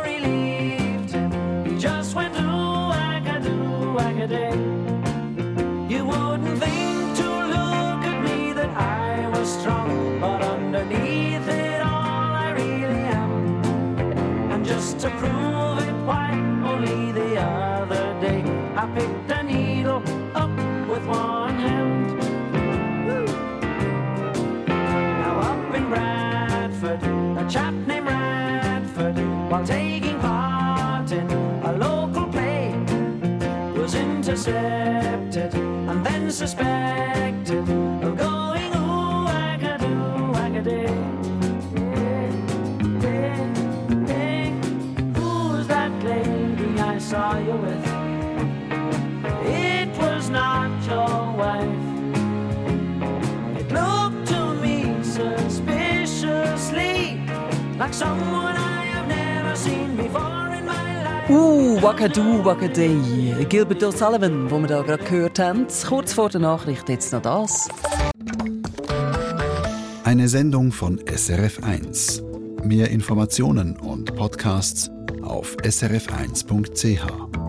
just went ooh, whack-a-doo, whack-a-day. You wouldn't think to look at me that I was strong, but underneath it all I really am. And just to prove it, why, only the other day I picked a needle up with one hand. Woo. Now up in Bradford, a chap named Radford, while taking part in a local play, was intercepted and then suspected of going ooh, whack-a-doo, whack-a-day. Hey, hey, hey, who's that lady I saw you with? It was not your wife. It looked to me suspiciously like someone I have never seen before. Uh, Wackadoo, Wackaday. Gilbert O'Sullivan, den wir da gerade gehört haben. Kurz vor der Nachricht jetzt noch das. Eine Sendung von S R F eins. Mehr Informationen und Podcasts auf s r f eins punkt c h.